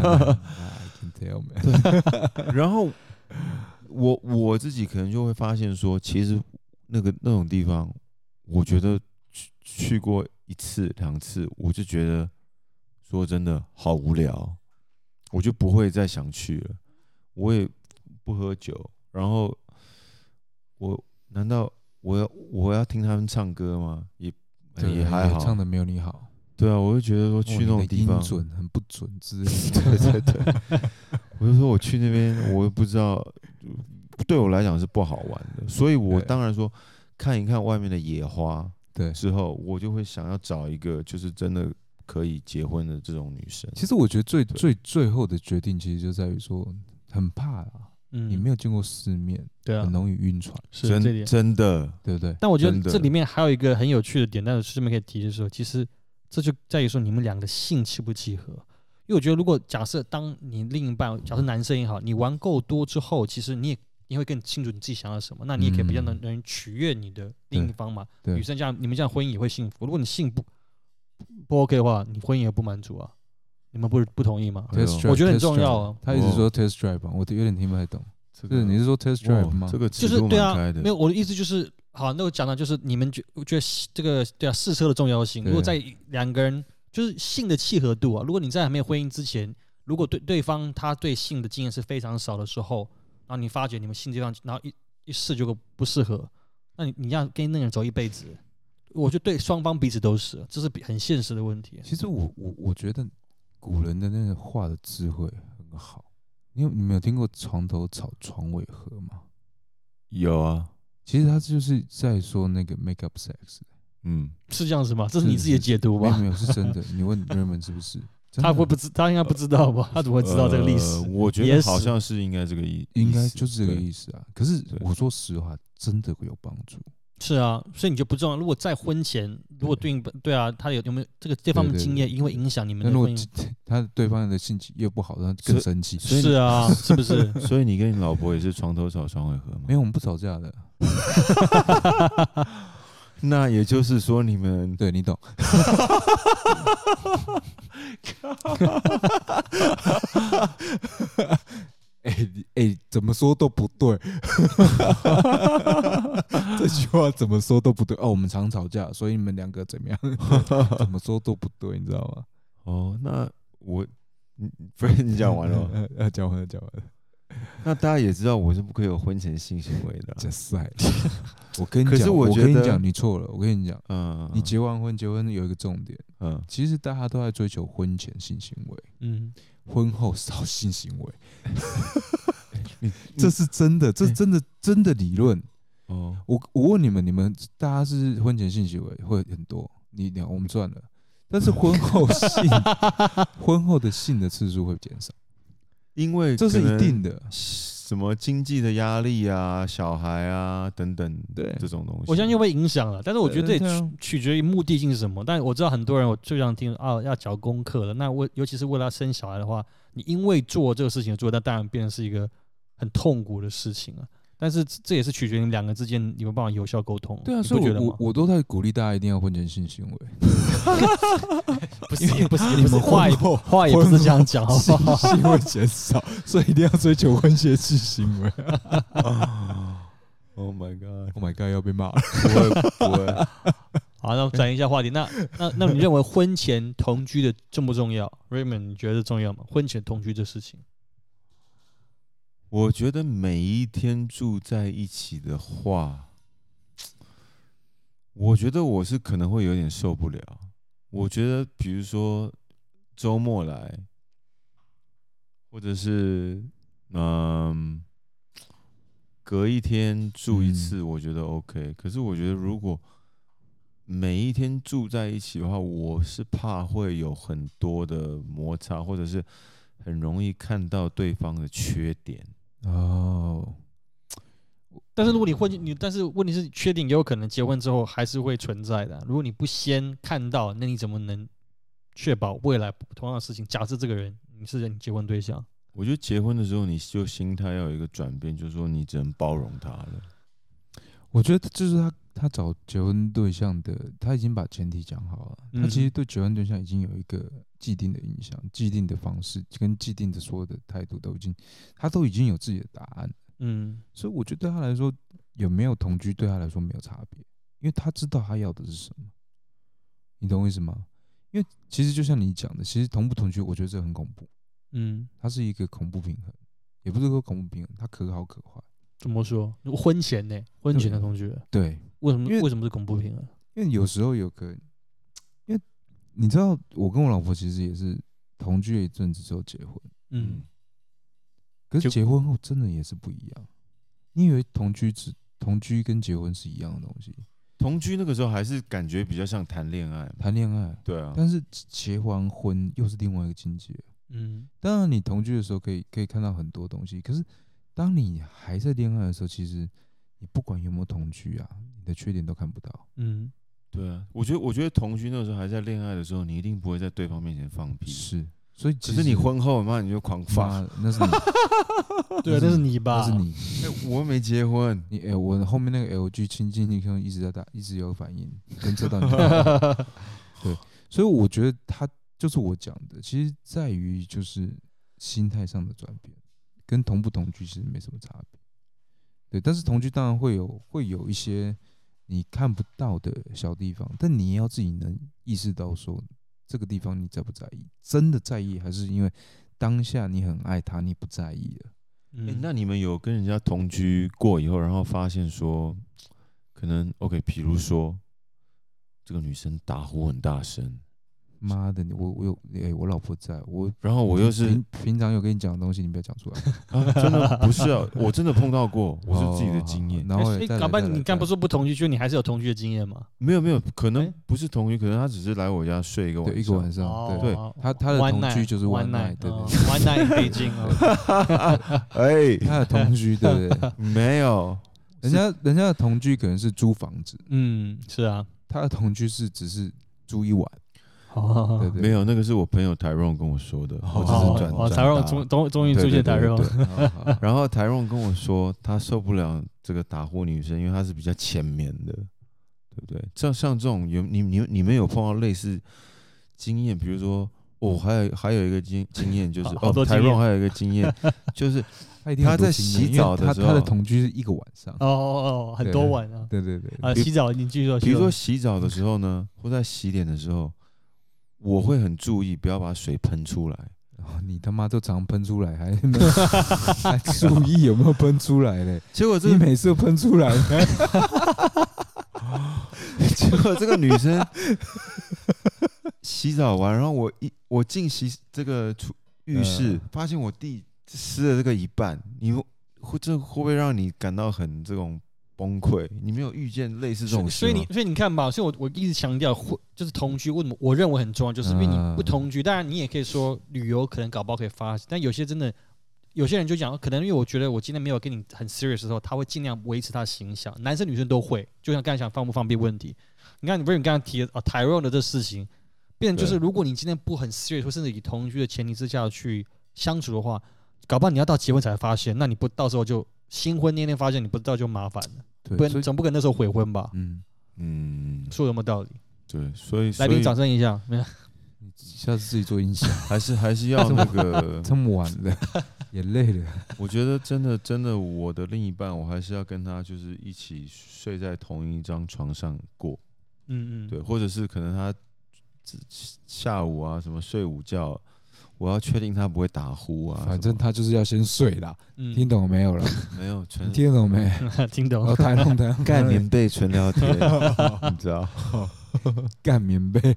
然后我我自己可能就会发现说，其实那个那种地方，我觉得去去过一次两次，我就觉得说真的好无聊，我就不会再想去了。我也不喝酒。然后我难道我要我要听他们唱歌吗？也也还好， 唱的没有你好。 对啊，我就觉得说去那种地方， 音准很不准之类的。对对对，我就说我去那边，我也不知道，对我来讲是不好玩的。所以我当然说看一看外面的野花，对，之后我就会想要找一个就是真的可以结婚的这种女生。 其实我觉得最最最后的决定，其实就在于说很怕啦。嗯、你没有见过世面， 对啊， 很容易晕船， 是真这点真的， 对不对？ 但我觉得这里面还有一个很有趣的点，但是顺便可以提的时候，其实这就在于说你们两个性契不契合。因因为我觉得如果假设当你另一半，假设男生也好，你玩够多之后，其实你也你会更清楚你自己想要什么，那你也可以比较能能取悦你的另一方嘛。女生这样，你们这样婚姻也会幸福。如果你性不不 OK 的话，你婚姻也不满足啊。你们不不同意吗？我觉得很重要啊。 他一直说 test drive 吧，我有点听不太懂。这个你是说 test drive 吗？ 这个就是对啊，没有我的意思就是好，那我讲的就是你们觉我觉得这个对啊试车的重要性。如果在两个人就是性的契合度啊，如果你在还没有婚姻之前，如果对对方他对性的经验是非常少的时候，然后你发觉你们性这方，然后一一试就不适合，那你你要跟那个人走一辈子，我觉得对双方彼此都是，这是很现实的问题。 其实我我我觉得古人的那个话的智慧很好。你有你没有听过床头吵床尾和吗？ 有啊， 其实他就是在说那个 make up sex。 嗯，是这样子吗？这是你自己的解读吧？ 没有，是真的。你问 Raymond 是不是？ 他会不知，他应该不知道吧？他怎么会知道这个历史？ 呃、我觉得好像是应该这个意， 应该就是这个意思啊。可是我说实话，真的会有帮助。 是啊，所以你就不重要。如果在婚前，如果对对啊，他有有没有这个这方面经验，因为影响你们的婚姻， 他对方的性气越不好，他更生气。 是啊，是不是？ 所以你跟你老婆也是床头吵床尾和吗？ 没有，我们不吵架的。 那也就是说，你们对你懂。哎哎、欸欸，怎么说都不对。这句话怎么说都不对哦。我们常吵架，所以你们两个怎么样？怎么说都不对，你知道吗？ 哦，那我，不是你讲完了？ 呃，讲完了，讲完了。 那大家也知道我是不可以有婚前性行为的、啊。 这赛，我跟你讲， 可是我觉得我跟你讲，你错了。我跟你讲， 嗯， 你结完婚，结婚有一个重点， 嗯， 其实大家都在追求婚前性行为， 嗯， 婚后少性行为。这是真的，这是真的真的理论。 哦， 我我问你们，你们大家是婚前性行为会很多，你你我们赚了，但是婚后性，婚后的性的次数会减少。 因为这是一定的， 什么经济的压力啊、小孩啊等等， 对这种东西， 我相信会影响了。但是我觉得这也取取决于目的性是什么。但我知道很多人，我最常听啊要缴功课了。那为尤其是为了生小孩的话，你因为做这个事情做，那当然变成是一个很痛苦的事情啊。但是这也是取决于你们两个之间有没有办法有效沟通。 对啊，所以我我我都在鼓励大家一定要婚前性行为。 不是不是，你们话也话也不是这样讲，好不好？ 性会减少，所以一定要追求婚前性行为。 Oh my god! Oh my god! 要被骂了。 不会不会。 好，那我转移一下话题。那那那你认为婚前同居的重不重要 ？Raymond， 你觉得重要吗？婚前同居这事情？ 我觉得每一天住在一起的话，我觉得我是可能会有点受不了。我觉得，比如说周末来，或者是嗯隔一天住一次，我觉得 OK、嗯。可是我觉得如果每一天住在一起的话，我是怕会有很多的摩擦，或者是很容易看到对方的缺点。 哦， 但是如果你婚你，但是问题是缺点也有可能结婚之后还是会存在的、啊。如果你不先看到，那你怎么能确保未来同样的事情？假设这个人你是你结婚对象， 我觉得结婚的时候你就心态要有一个转变，就是说你只能包容他了。 我觉得就是他他找结婚对象的，他已经把前提讲好了、嗯，他其实对结婚对象已经有一个既定的印象、既定的方式跟既定的所有的态度都已经，他都已经有自己的答案。嗯，所以我觉得对他来说，有没有同居对他来说没有差别，因为他知道他要的是什么。你懂我意思吗？因为其实就像你讲的，其实同不同居，我觉得这很恐怖。嗯，它是一个恐怖平衡，也不是说恐怖平衡，它可好可坏。 怎么说？婚前呢、欸？婚前的同居， 对， 为什么为什么是恐怖平衡？ 因为有时候有个，因为你知道，我跟我老婆其实也是同居了一阵子之后结婚，嗯，可是结婚后真的也是不一样。你以为同居只同居跟结婚是一样的东西？ 同居那个时候还是感觉比较像谈恋爱， 谈恋爱， 对啊。 但是结完婚又是另外一个境界。嗯，当然你同居的时候可以可以看到很多东西，可是。当你还在恋爱的时候，其实你不管有没有同居啊，你的缺点都看不到。嗯， 对啊，我觉得，我觉得同居那个时候还在恋爱的时候，你一定不会在对方面前放屁。 是， 所以可是你婚后妈你就狂发， 那是你， 对，那是你吧？ 那是你， 欸、我没结婚， 你哎、欸，我后面那个 L G 亲近你可能一直在打，一直有反应，跟这段对，所以我觉得他就是我讲的，其实在于就是心态上的转变，跟同不同居其实没什么差别。对，但是同居当然会有会有一些你看不到的小地方，但你也要自己能意识到说这个地方你在不在意，真的在意，还是因为当下你很爱他，你不在意了。 嗯欸、那你们有跟人家同居过以后，然后发现说，可能 OK， 比如说这个女生打呼很大声， 妈的，我我有哎、欸，我老婆在我， 然后我又是平, 平常有跟你讲的东西，你不要讲出来啊！真的不是啊，我真的碰到过，我是自己的经验。 然后欸、搞不好你刚不是说不同居，就你还是有同居的经验吗？ 没有没有，可能不是同居，可能他只是来我家睡一个晚上， 对一个晚上， 哦、 对，他他的同居就是 one night， 对对 ，one night in Beijing， 哎， 他的同居对不对？ 没有， 人家人家的同居可能是租房子， 嗯，是啊， 他的同居是只是租一晚。 哦， 对对， 没有，那个是我朋友台荣跟我说的，我只是转哦，台荣终终终于出现台荣， 然后台荣跟我说他受不了这个打呼女生，因为她是比较浅眠的，对不对？像像这种有你你你们有碰到类似经验，比如说哦，还有还有一个经经验就是哦，台荣还有一个经验就是他在洗澡的时候， 他的同居是一个晚上， 哦哦哦，很多晚啊， 对对对啊，洗澡你继续说， 比如说洗澡的时候呢，或在洗脸的时候。我会很注意，不要把水喷出来。 哦、你他妈都常喷出来，还还注意有没有喷出来嘞？ 结果这你每次都喷出来， 结果这个女生洗澡完，然后我一我进洗这个浴室，发现我地湿了这个一半，你会这会不会让你感到很这种？崩溃，你没有遇见类似这种事， 所以你所以你看吧，所以我我一直强调，就是同居为什么我认为很重要，就是因为你不同居，当然你也可以说旅游可能搞不好可以发生，但有些真的有些人就讲，可能因为我觉得我今天没有跟你很 serious 的时候，他会尽量维持他的形象，男生女生都会，就像刚才讲方不方便问题，你看你不是你刚才提啊 Tyrone 的这事情，变成就是如果你今天不很 serious 或甚至以同居的前提之下去相处的话，搞不好你要到结婚才发现，那你不到时候就新婚那天发现你不知道就麻烦了。 对， 不总不可能那时候悔婚吧？ 嗯嗯， 说有没有道理？ 对，所以来宾掌声一下，没有， 下次自己做音响， 还是还是要那个这么晚了也累了。 我觉得真的真的，我的另一半，我还是要跟他就是一起睡在同一张床上过。 嗯嗯， 对，或者是可能他下午啊什么睡午觉。我要确定他不会打呼啊， 反正他就是要先睡啦，嗯、听懂没有了？ 没有，纯听懂没？ 听懂。 哦，台弄台盖棉被纯聊天，你知道？ 盖棉被。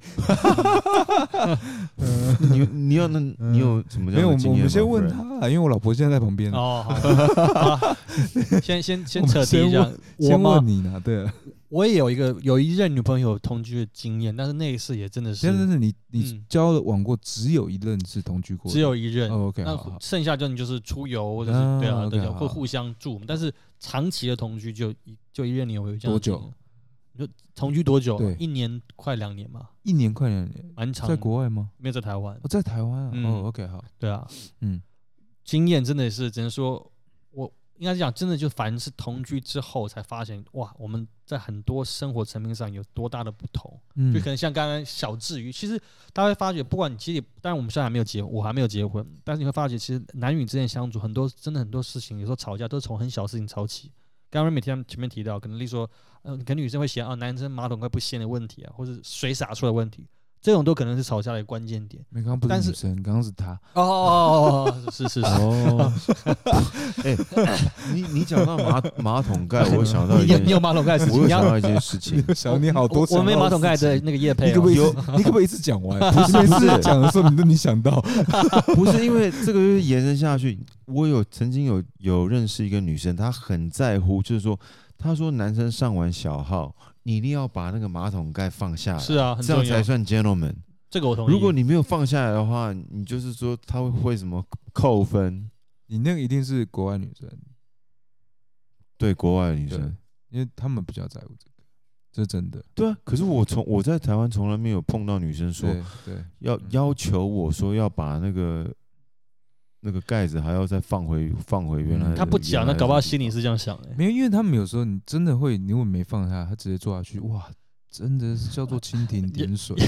你你有那你有什么？ 没有，我们先问他，因为我老婆现在在旁边。 哦，好，先先先扯题一下， 先问你呢，对。 我也有一个有一任女朋友同居的经验，但是那一次也真的是， 但是你你交往过只有一任是同居过， 只有一任。 哦 OK， 那剩下就你就是出游或者是对啊对啊，或互相住，但是长期的同居就一就一任，你有没有这样？ 多久？ 你就同居多久？ 对， 一年快两年嘛。 一年快两年， 蛮长。 在国外吗？ 没有在台湾。 哦，在台湾啊。哦 OK 好。 对啊， 嗯， 经验真的是只能说我。应该是讲，真的就反正是同居之后才发现，哇，我们在很多生活层面上有多大的不同。嗯，就可能像刚刚小至于，其实大家会发觉，不管你其实，当然我们现在还没有结婚，我还没有结婚，但是你会发觉，其实男女之间相处很多，真的很多事情，有时候吵架都是从很小的事情吵起。刚刚每天前面提到，可能例如说，嗯、呃，可能女生会嫌啊，男生马桶盖不掀的问题啊，或者水洒出来的问题。这种都可能是吵架的关键点。 刚刚不是女生，刚刚是他。 哦哦哦，是是是。哦， 哎，你你讲到马马桶盖，我想到一件， 你有马桶盖的事情， 我想到一件事情， 想你好多。 我没马桶盖的那个业配， 你可不可以你可不可以一直讲完？不是每次讲的时候，你都没想到。 不是因为这个延伸下去，我有曾经有有认识一个女生，她很在乎，就是说，她说男生上完小号。你一定要把那个马桶盖放下来， 是啊， 这样才算 gentleman。 这个我同意。 如果你没有放下来的话，你就是说他会会什么扣分？ 你那个一定是国外女生， 对国外的女生， 因为他们比较在乎这个。 这是真的。 对啊，可是我从我在台湾从来没有碰到女生说对对要要求我说要把那个那个盖子还要再放回放回原来的。 他不讲，那搞不好心里是这样想的、欸。 没有，因为他们有时候你真的会，你如果没放下，他直接坐下去，哇，真的是叫做蜻蜓点水。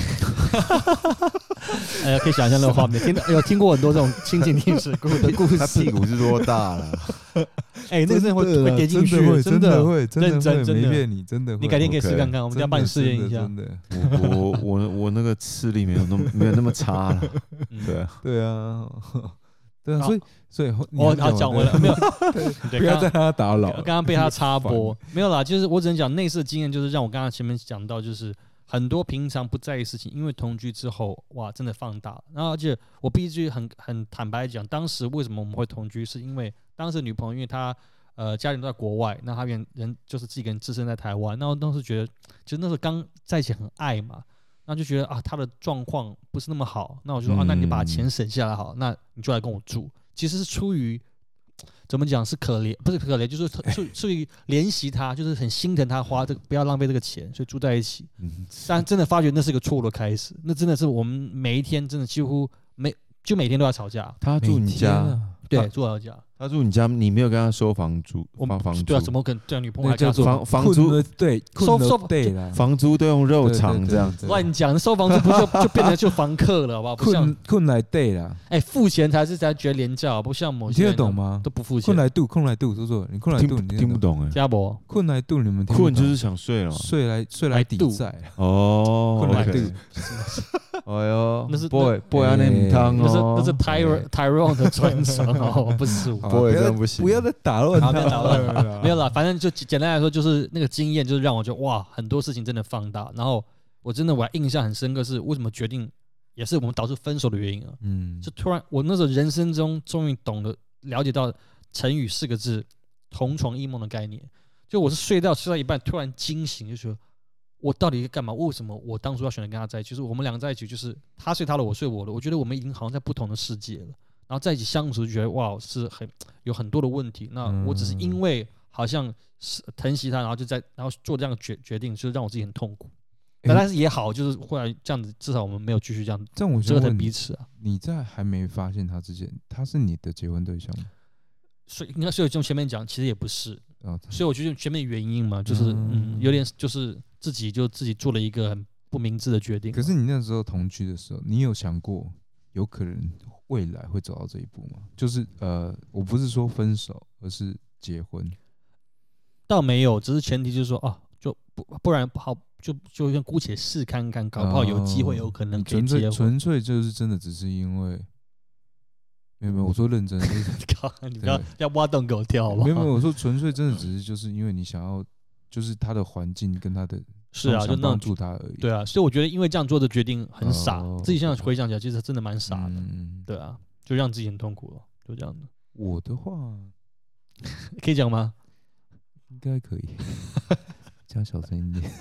哎呀，可以想象那个画面，听有听过很多这种蜻蜓点水的故事。 他屁股是多大了？ 哎、欸，那个真的会会跌进去， 真的会，真的会， 真的没骗你，真的会。 你改天可以试看看，我们家帮你试验一下。 真的， 我我我我那个视力没有那么没有那么差了。对啊， 对啊，对啊，所以所以我好讲回来，没有， 不要再让他打扰。 刚刚被他插播，没有啦，就是我只能讲内视经验，就是让我刚刚前面讲到，就是很多平常不在意事情，因为同居之后，哇，真的放大了。然后而且我必须很很坦白讲，当时为什么我们会同居，是因为当时女朋友因为她呃家人都在国外，那她人人就是自己一个人置身在台湾，然后当时觉得，其实那时候刚在一起很爱嘛。那就觉得啊，他的状况不是那么好，那我就说、嗯、啊，那你把钱省下来好，那你就来跟我住。其实是出于怎么讲是可怜，不是可怜，就是出出于怜惜他，就是很心疼他花这个，不要浪费这个钱，所以住在一起。嗯、但真的发觉那是一个错误的开始，那真的是我们每一天真的几乎每就每天都要吵架。 他住你家，啊、 对，住我家。 他住你家，你没有跟他收房租，发房租？ 对啊，怎么可能？对啊，女朋友还跟他收房房租？ 对， 收收对啦， 房租都用肉偿这样子。 乱讲，收房租不就就变成就房客了，好不好？不像困来对啦， 哎，付钱才是才觉得廉价，不像某些人听得懂吗？ 都不付钱。 困来度，困来度，说说你困来度，你听不懂哎。 嘉博， 困来度，你们困就是想睡了， 睡来睡来抵债哦。 困来度， 哎呦， 那是 boy boy 安内汤哦，那是那是 Tyrone Tyrone 的专长哦，不是我 boy 真不行。 不要再打乱他， 不要打乱他，没有啦，反正就简单来说，就是那个经验，就是让我觉得哇，很多事情真的放大。然后我真的我还印象很深刻，是为什么决定，也是我们导致分手的原因啊。嗯，就突然我那时候人生中终于懂得了解到成语四个字“同床异梦”的概念。就我是睡到睡到一半，突然惊醒，就觉得我到底在干嘛？为什么我当初要选择跟他在一起？就是我们两个在一起，就是他睡他的，我睡我的。我觉得我们已经好像在不同的世界了。然后在一起相处就觉得哇，是很有很多的问题。那我只是因为好像是疼惜他，然后就在然后做这样的决决定，就是让我自己很痛苦。欸、但是也好，就是后来这样子，至少我们没有继续这样这样折腾彼此啊。 你在还没发现他之前，他是你的结婚对象吗？ 所以应该所以从前面讲，其实也不是。哦、所以我觉得前面原因嘛，就是嗯，嗯有点就是自己就自己做了一个很不明智的决定。 可是你那时候同居的时候，你有想过有可能未来会走到这一步吗？就是呃，我不是说分手，而是结婚。 倒没有，只是前提就是说，哦，就不不然好，就就先姑且试看看，搞不好有机会，有可能可以结婚。 纯粹就是真的只是因为，没有没有，我说认真，就是你不要要挖洞给我跳好不好？ 没有没有，我说纯粹真的只是就是因为你想要，就是他的环境跟他的。 是啊，就帮助他而已。 对啊，所以我觉得因为这样做的决定很傻，哦、自己现在回想起来，其实真的蛮傻的。嗯、对啊，就让自己很痛苦了，就这样的。 我的话可以讲吗？ 应该可以，讲小声一点。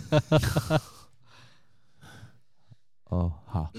哦，好。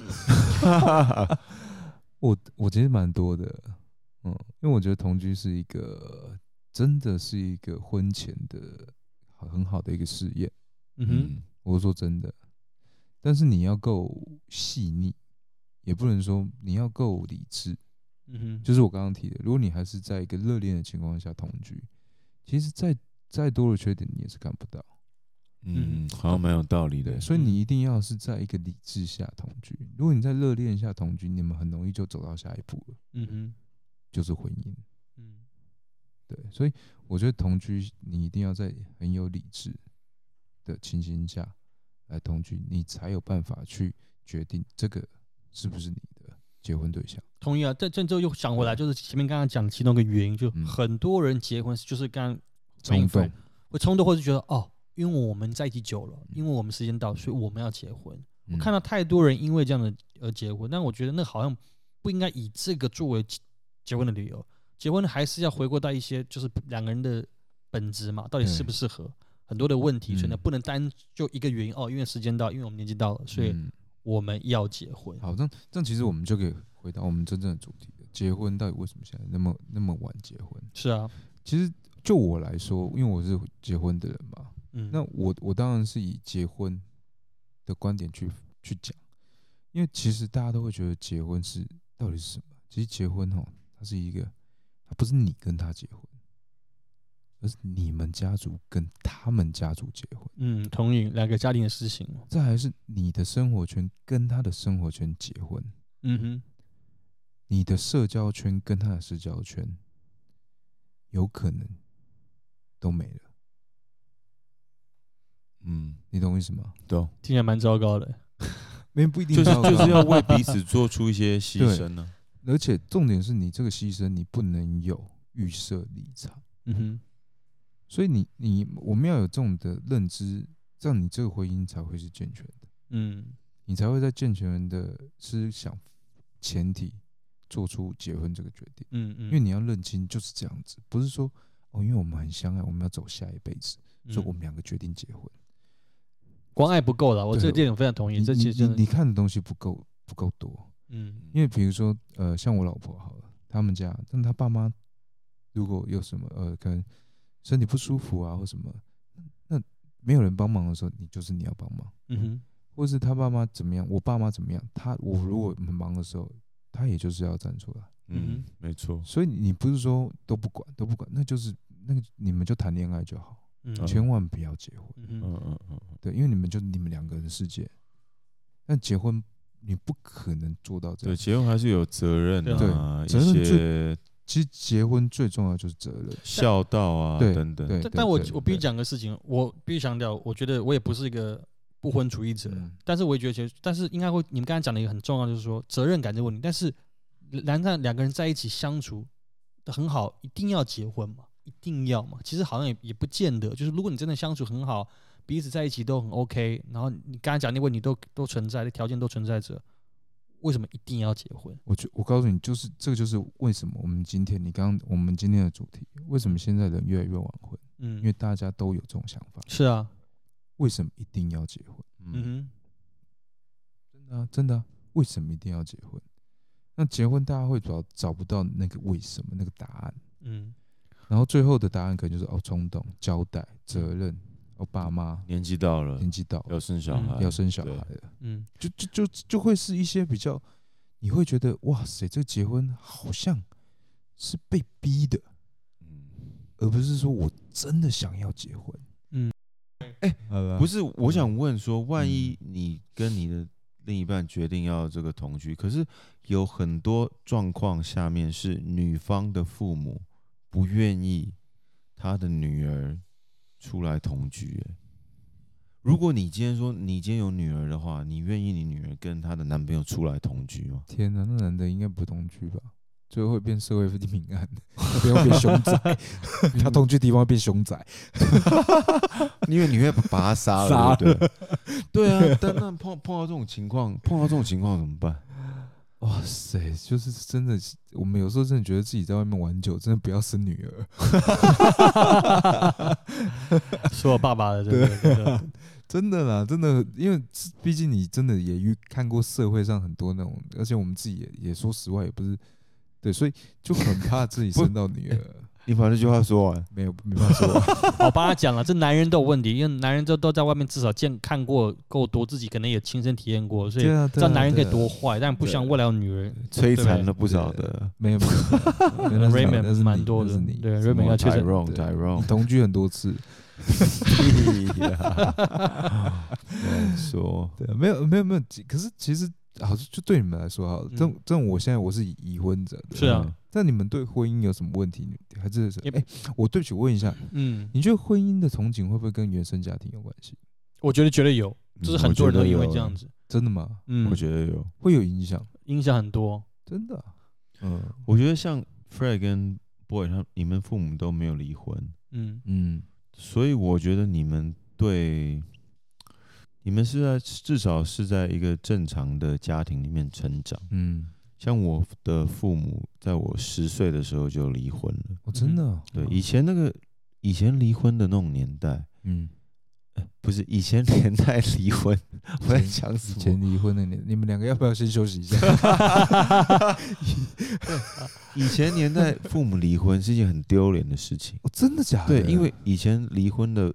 我我其实蛮多的，嗯，因为我觉得同居是一个，真的是一个婚前的很好的一个试验。嗯哼，我说真的，但是你要够细腻，也不能说你要够理智。嗯哼，就是我刚刚提的，如果你还是在一个热恋的情况下同居，其实再再多的缺点你也是看不到。 嗯，好像蛮有道理的。 所以你一定要是在一个理智下同居。如果你在热恋下同居，你们很容易就走到下一步了。嗯哼，就是婚姻。嗯，对，所以我觉得同居你一定要在很有理智的情形下来同居，你才有办法去决定这个是不是你的结婚对象。 同意啊，但这之后又想回来，就是前面刚刚讲其中一个原因，就很多人结婚就是刚刚冲动， 会冲动，或是觉得哦，因为我们在一起久了，因为我们时间到，所以我们要结婚。嗯、我看到太多人因为这样的而结婚，但我觉得那好像不应该以这个作为结婚的理由。结婚还是要回归到一些就是两个人的本质嘛，到底适不适合？很多的问题存在，不能单就一个原因哦，因为时间到，因为我们年纪到了，所以我们要结婚。 好，这样这样其实我们就可以回到我们真正的主题了：结婚到底为什么现在那么那么晚结婚？ 是啊， 其实就我来说，因为我是结婚的人嘛， 嗯， 那我我当然是以结婚的观点去去讲，因为其实大家都会觉得结婚是到底是什么？其实结婚哦，它是一个，它不是你跟他结婚，而是你们家族跟他们家族结婚。 嗯，同意两个家庭的事情。 这还是你的生活圈跟他的生活圈结婚。 嗯哼， 你的社交圈跟他的社交圈有可能都没了。 嗯， 你懂我意思吗？ 懂， 听起来蛮糟糕的。 没不一定就是糟糕， 就是要为彼此做出一些牺牲呢、啊。 而且重点是你这个牺牲，你不能有预设立场。 嗯哼， 所以你你我们要有这种的认知，这样你这个婚姻才会是健全的。 嗯， 你才会在健全的思想前提做出结婚这个决定。 嗯嗯， 因为你要认清就是这样子，不是说哦，因为我们很相爱，我们要走下一辈子， 嗯、 所以我们两个决定结婚。 光爱不够了，我这个点非常同意。这其实你你看的东西不够不够多。 嗯， 因为比如说呃，像我老婆好了，他们家，但他爸妈如果有什么呃，可能身体不舒服啊或什么，那没有人帮忙的时候，你就是你要帮忙。 嗯哼， 或是他爸妈怎么样，我爸妈怎么样，他我如果很忙的时候，他也就是要站出来。 嗯，没错。 所以你不是说都不管都不管，那就是那个你们就谈恋爱就好。 嗯， 千万不要结婚。 嗯嗯嗯嗯， 对，因为你们就你们两个人的世界，但结婚你不可能做到这样。 对，结婚还是有责任啊， 对，责任一些其实结婚最重要就是责任、 孝道啊对等等。 对， 但但我我必须讲个事情，我必须强调，我觉得我也不是一个不婚主义者，嗯、但是我也觉得，其实但是应该会，你们刚才讲的一个很重要，就是说责任感这个问题。但是，难道两个人在一起相处的很好，一定要结婚吗？一定要吗？其实好像也也不见得。就是如果你真的相处很好，彼此在一起都很 OK， 然后你刚才讲那问题都都存在，条件都存在着，为什么一定要结婚？ 我就我告诉你，就是这个就是为什么我们今天你刚刚我们今天的主题，为什么现在人越来越晚婚？嗯，因为大家都有这种想法。 是啊， 为什么一定要结婚？ 嗯哼， 真的啊，真的啊，为什么一定要结婚？那结婚大家会找找不到那个为什么那个答案，嗯，然后最后的答案可能就是哦冲动、交代、责任，哦爸妈年纪到了， 年纪到了要生小孩， 嗯、要生小孩了，嗯，就就就就会是一些比较，你会觉得哇塞，这结婚好像是被逼的，嗯，而不是说我真的想要结婚， 嗯， 哎、欸，不是，我想问说，万一你跟你的另一半决定要这个同居，可是有很多状况下面是女方的父母不愿意他的女儿出来同居。如果你今天说你今天有女儿的话，你愿意你女儿跟她的男朋友出来同居吗？ 天哪，那男的应该不同居吧？最后会变社会命案，那边会变凶宅，他同居地方会变凶宅， 因为你会把他杀了，对不对？对啊，但那碰碰到这种情况，碰到这种情况怎么办？ 哇塞，就是真的，我们有时候真的觉得自己在外面玩久，真的不要生女儿。 说我爸爸的，真的， 真的啦，真的，因为毕竟你真的也遇看过社会上很多那种，而且我们自己也也说实话也不是。对，所以就很怕自己生到女儿。 你把这句话说完， 没有没办法说完。 我帮他讲了，这男人都有问题，因为男人都都在外面至少见看过够多，自己可能也亲身体验过，所以知道男人可以多坏，但不像未来有女人摧残了不少的。 没有没有 ，Raymond 蛮多的，对 Raymond 要确实 Tyrone 同居很多次。 说对，没有没有没有，可是其实。好，就对你们来说好了。这种这种，我现在我是已婚者， 是啊。 但你们对婚姻有什么问题？还是哎、欸，我对不起，我问一下， 嗯， 你觉得婚姻的憧憬会不会跟原生家庭有关系？ 我觉得绝对有，就是很多人都因为这样子。 真的吗？ 嗯， 我觉得有， 会有影响， 影响很多， 真的、啊。嗯， 我觉得像 Fred 跟 Boy 他你们父母都没有离婚， 嗯嗯， 所以我觉得你们对。你们是在至少是在一个正常的家庭里面成长， 嗯， 像我的父母，在我十岁的时候就离婚了。 哦，真的、哦？ 对，以前那个以前离婚的那种年代， 嗯， 欸、不是以前年代离婚，我在讲什么？ 以前离婚的年，你们两个要不要先休息一下？ 以前年代父母离婚是一件很丢脸的事情。 哦，真的假的？ 对，因为以前离婚的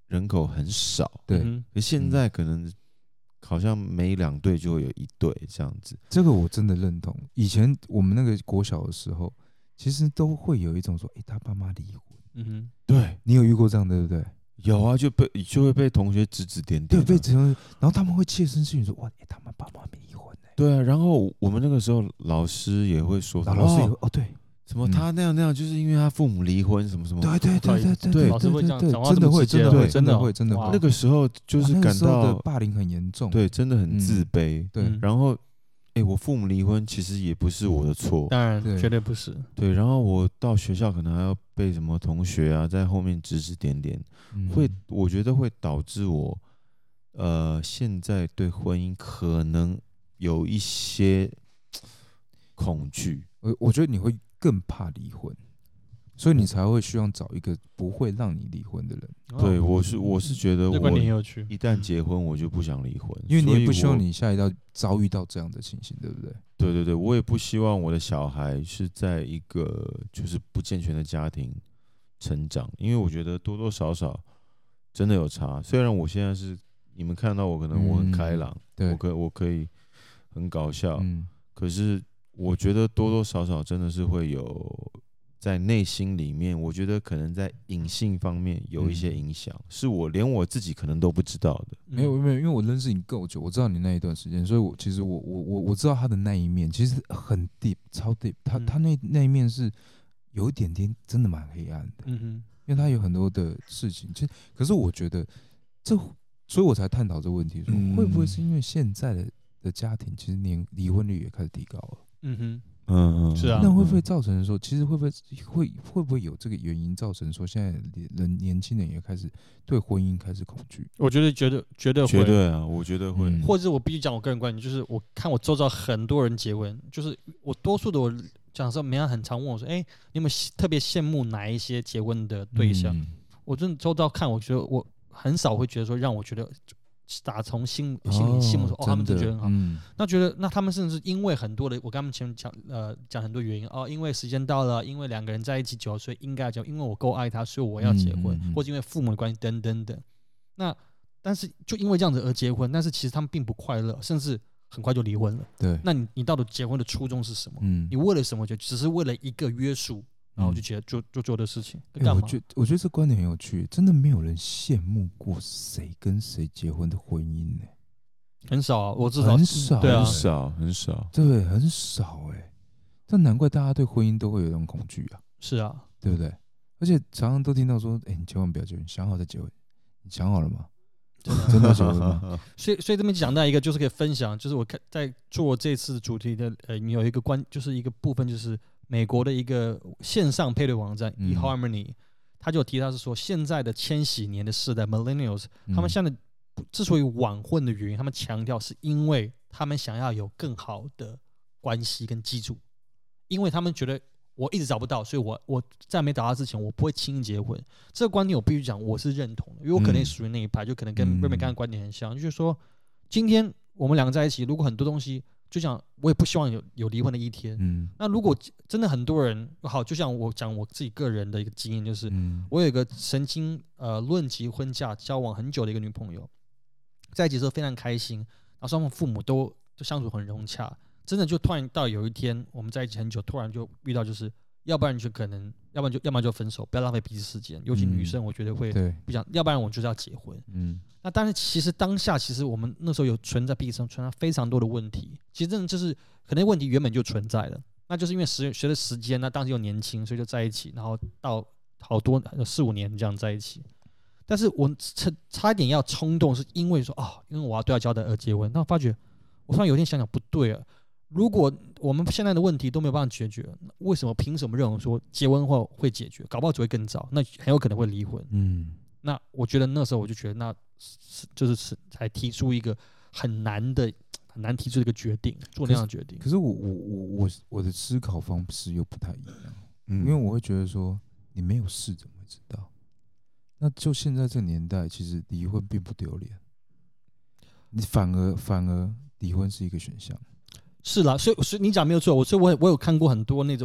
人口很少， 对， 嗯可现在可能好像每两队就会有一队这样子。 这个我真的认同。以前我们那个国小的时候，其实都会有一种说，哎、欸，他爸妈离婚。 嗯哼， 对， 你有遇过这样对不对？ 有啊，就被就会被同学指指点点、 啊，对，被指，然后他们会切身之语说，哇，欸、他们爸妈没离婚、欸。 对啊，然后我们那个时候老师也会说， 老师也会哦，对。 什么他那样那样，就是因为他父母离婚什么什么。 对对对对对对， 老师会这样讲话， 真的会，真的会，真的会，真的会。 那个时候就是感到霸凌很严重， 对，真的很自卑。对，然后，哎，我父母离婚其实也不是我的错， 当然绝对不是。 对，然后我到学校可能还要被什么同学啊在后面指指点点，会我觉得会导致我，呃，现在对婚姻可能有一些恐惧。 我我觉得你会更怕离婚，所以你才会希望找一个不会让你离婚的人。 哦、对，我是我是觉得我一旦结婚，我就不想离婚， 因为你也不希望你下一代遭遇到这样的情形，对不对？ 对对对，我也不希望我的小孩是在一个就是不健全的家庭成长，因为我觉得多多少少真的有差。虽然我现在是你们看到我，可能我很开朗，嗯、我可我可以很搞笑，嗯、可是。我觉得多多少少真的是会有在内心里面，我觉得可能在隐性方面有一些影响，嗯、是我连我自己可能都不知道的。 没有没有，因为我认识你够久，我知道你那一段时间，所以我其实我我我我知道他的那一面，其实很 deep 超 deep， 他他那那一面是有一点点真的蛮黑暗的，嗯哼，因为他有很多的事情，其实可是我觉得这，所以我才探讨这个问题，说会不会是因为现在的的家庭其实年离婚率也开始提高了。 嗯哼， 嗯嗯， 是啊， 那会不会造成说，其实会不会会会不会有这个原因造成说，现在人年轻人也开始对婚姻开始恐惧？ 我觉得绝对绝对会， 绝对啊，我觉得会。 嗯、或者我必须讲我个人观点，就是我看我周遭很多人结婚，就是我多数的我讲说，每样很常问我说，哎、欸，你有没有特别羡慕哪一些结婚的对象？嗯、我真的周遭看，我觉得我很少会觉得说让我觉得。打从心心里羡慕说哦，他们真的觉得很好。嗯、那觉得那他们甚至是因为很多的，我跟他们前面讲呃讲很多原因哦，因为时间到了，因为两个人在一起久了，所以应该结婚，因为我够爱他，所以我要结婚，嗯嗯嗯或者因为父母的关系等等等。那但是就因为这样子而结婚，但是其实他们并不快乐，甚至很快就离婚了。 对， 那你你到底结婚的初衷是什么？嗯、你为了什么？就只是为了一个约束。然后就觉得就就做的事情， 欸、我觉得我觉得这观点很有趣，真的没有人羡慕过谁跟谁结婚的婚姻呢、欸？ 很少啊，我至少很少， 对啊， 很少很少， 对，很少哎、欸。但难怪大家对婚姻都会有一种恐惧啊。 是啊， 对不对？而且常常都听到说，哎、欸，你千万不要结婚，想好再结婚。你想好了吗？真的结婚吗？ 所以，所以这边讲到一个，就是可以分享，就是我看在做这次主题的，呃，你有一个关，就是一个部分，就是美国的一个线上配对网站、嗯、eHarmony， 他就有提到是说，现在的千禧年的世代 Millennials，、嗯、他们现在之所以晚婚的原因，他们强调是因为他们想要有更好的关系跟基础，因为他们觉得我一直找不到，所以我我在没找到之前，我不会轻易结婚。这个观点我必须讲，我是认同的，因为我可能也属于那一派，嗯、就可能跟瑞美刚刚观点很像，就是说，今天我们两个在一起，如果很多东西，就像我也不希望有有离婚的一天。嗯，那如果真的很多人好，就像我讲我自己个人的一个经验，就是、嗯、我有一个曾经呃论及婚嫁交往很久的一个女朋友，在一起的时候非常开心，然后双方父母都都相处很融洽。真的就突然到有一天，我们在一起很久，突然就遇到，就是要不然就可能，要不然就要不然就分手，不要浪费彼此时间。尤其女生，我觉得会不想，要不然我就是要结婚。嗯，那但是其实当下，其实我们那时候有存在彼此上存在非常多的问题。其实真的就是可能问题原本就存在了，那就是因为时随着时间，那当时又年轻，所以就在一起，然后到好多四五年这样在一起。但是我差差一点要冲动，是因为说哦，因为我要对他交代而结婚。那我发觉，我突然有一天想想不对了。如果我们现在的问题都没有办法解决，为什么凭什么认为说结婚后会解决？搞不好只会更早，那很有可能会离婚。嗯，那我觉得那时候我就觉得，那就是才提出一个很难的、很难提出的一个决定，做那样的决定。 可是, 可是我我我我我的思考方式又不太一样，嗯、因为我会觉得说，你没有试怎么会知道？那就现在这个年代，其实离婚并不丢脸，你反而反而离婚是一个选项。 是啦，所以所以你讲没有错，我所以我我有看过很多那种，我很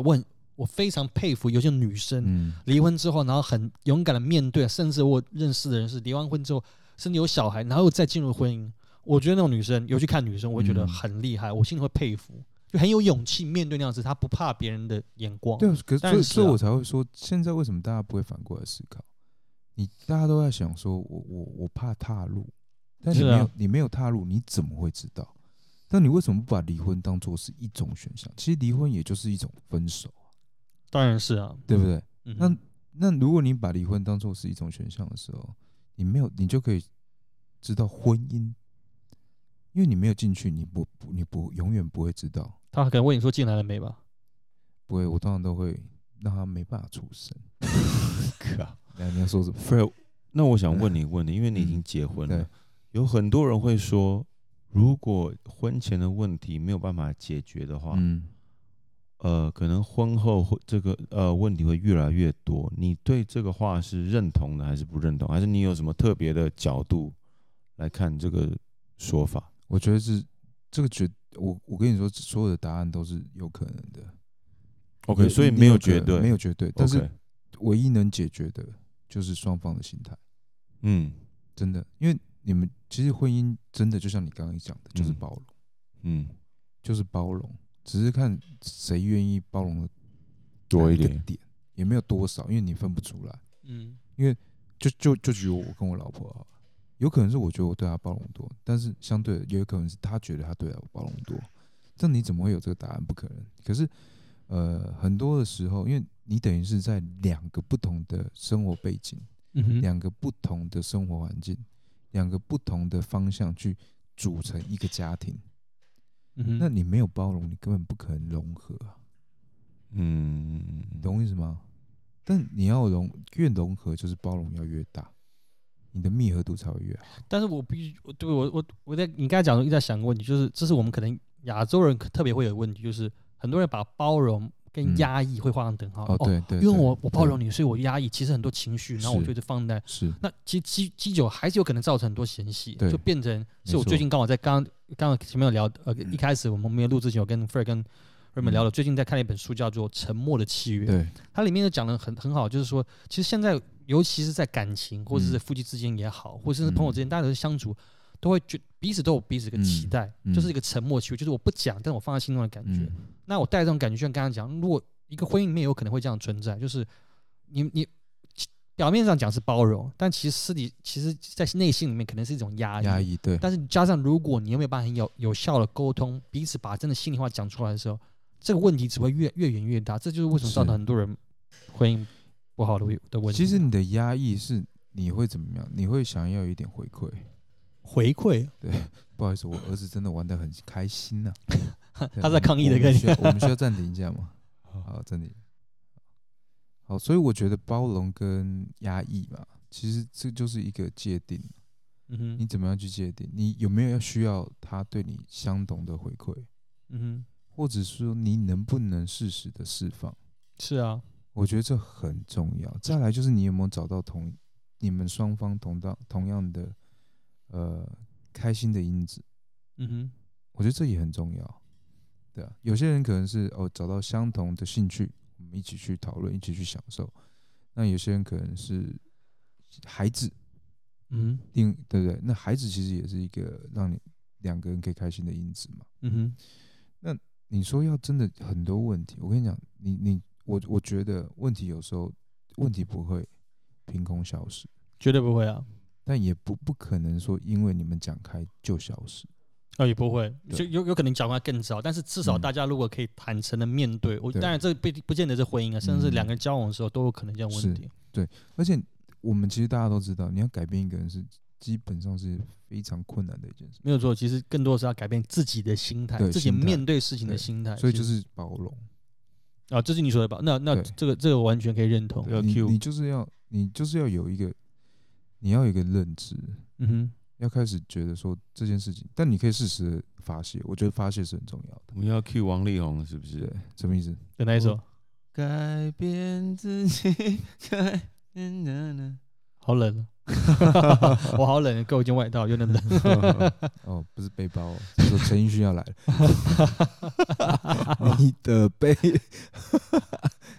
我非常佩服有些女生、 嗯、 离婚之后，然后很勇敢的面对，甚至我认识的人是离完婚之后，甚至有小孩，然后再进入婚姻。我觉得那种女生，尤其看女生，我会觉得很厉害，嗯、我心里会佩服，就很有勇气面对那样子，她不怕别人的眼光。 对，可是所以、啊、所以我才会说，现在为什么大家不会反过来思考？你大家都在想说我我我怕踏入，但你没有、啊、你没有踏入，你怎么会知道？但你为什么不把离婚当作是一种选项？其实离婚也就是一种分手啊。 当然是啊， 对不对？ 嗯、 那那如果你把离婚当作是一种选项的时候，你没有，你就可以知道婚姻，因为你没有进去，你不你不永远不会知道。 他可能问你说进来了没吧？ 不会，我通常都会让他没办法出声。 靠， 那你要说什么 ？Fred， 那我想问你问题，因为你已经结婚了，嗯、有很多人会说，如果婚前的问题没有办法解决的话，嗯，呃，可能婚后会这个呃问题会越来越多。你对这个话是认同的还是不认同？还是你有什么特别的角度来看这个说法？ 我觉得是这个绝，我我跟你说，所有的答案都是有可能的。 OK， 所以没有绝对， 没有绝对，但是唯一能解决的就是双方的心态。嗯，真的，因为你们其实婚姻真的就像你刚刚讲的，就是包容，嗯，就是包容，只是看谁愿意包容的多一点， 点也没有多少，因为你分不出来。 嗯， 因为就就就举我跟我老婆好了，有可能是我觉得我对她包容多，但是相对的也有可能是她觉得她对我包容多。这你怎么会有这个答案？不可能。可是。呃，很多的时候，因为你等于是在两个不同的生活背景，两、嗯、个不同的生活环境，两个不同的方向去组成一个家庭，嗯、那你没有包容，你根本不可能融合啊。嗯，懂我意思吗？但你要融，越融合就是包容要越大，你的密合度才会越好。 但是我必须，对我我我在你刚才讲的，一直在想个问题，就是这是我们可能亚洲人特别会有问题，就是。很多人把包容跟压抑会画上等号。 嗯、哦，对 对, 对， 因为我我包容你，所以我压抑。其实很多情绪，然后我就是放在是。 那其实积积久还是有可能造成很多嫌隙，就变成是我最近刚好在刚刚刚前面有聊，呃，一开始我们没有录之前，我跟 Fred 跟 Raymond 聊了，嗯、最近在看一本书叫做《沉默的契约》， 对， 它里面就讲的很很好，就是说，其实现在尤其是在感情或者是夫妻之间也好，嗯、或者是朋友之间，大家都是相处。都会觉彼此都有彼此的期待，嗯嗯、就是一个沉默契约，就是我不讲，但我放在心中的感觉。嗯、那我带这种感觉，就像刚刚讲，如果一个婚姻里面有可能会这样存在，就是你你表面上讲是包容，但其实私底其实在内心里面可能是一种压抑。 压抑对。 但是加上如果你有没有办法很有有效的沟通，彼此把真的心里话讲出来的时候，这个问题只会越越演越大。这就是为什么造成很多人婚姻不好的的问题。 其实你的压抑是你会怎么样？你会想要有一点回馈。 回馈对，不好意思，我儿子真的玩得很开心呐、 啊。他在抗议的概念， 我们需要暂停一下吗？好，暂停。好，所以我觉得包容跟压抑嘛，其实这就是一个界定。嗯哼，你怎么样去界定？你有没有需要他对你相同的回馈？嗯哼，或者说你能不能适时的释放？ 是啊， 我觉得这很重要。再来就是你有没有找到同你们双方同当同样的。呃，开心的因子，嗯哼，我觉得这也很重要，对啊。有些人可能是哦找到相同的兴趣，我们一起去讨论，一起去享受。那有些人可能是孩子，嗯，对不对？那孩子其实也是一个让你两个人可以开心的因子嘛，嗯哼。那你说要真的很多问题，我跟你讲，你你我我觉得问题有时候问题不会凭空消失， 绝对不会啊。 但也不不可能说因为你们讲开就消失， 哦，也不会，就有有可能讲开更早，但是至少大家如果可以坦诚的面对，嗯、我当然这不不见得是婚姻啊，甚至是两个人交往的时候都有可能这样问题。 对，而且我们其实大家都知道，你要改变一个人是基本上是非常困难的一件事。 没有错，其实更多的是要改变自己的心态，自己面对事情的心态。 所以就是包容啊，这是你说的吧？那那这个这个我完全可以认同。 你你就是要你就是要有一个。你要有一个认知，嗯哼，要开始觉得说这件事情，但你可以适时的发泄，我觉得发泄是很重要的。 我们要 cue 王力宏是不是？ 对，什么意思？ 跟哪一首？ 改变自己，改变的呢？ 好冷啊！我好冷，够一件外套，有点冷。 哦，不是背包、哦，是说陈奕迅要来了。你的背，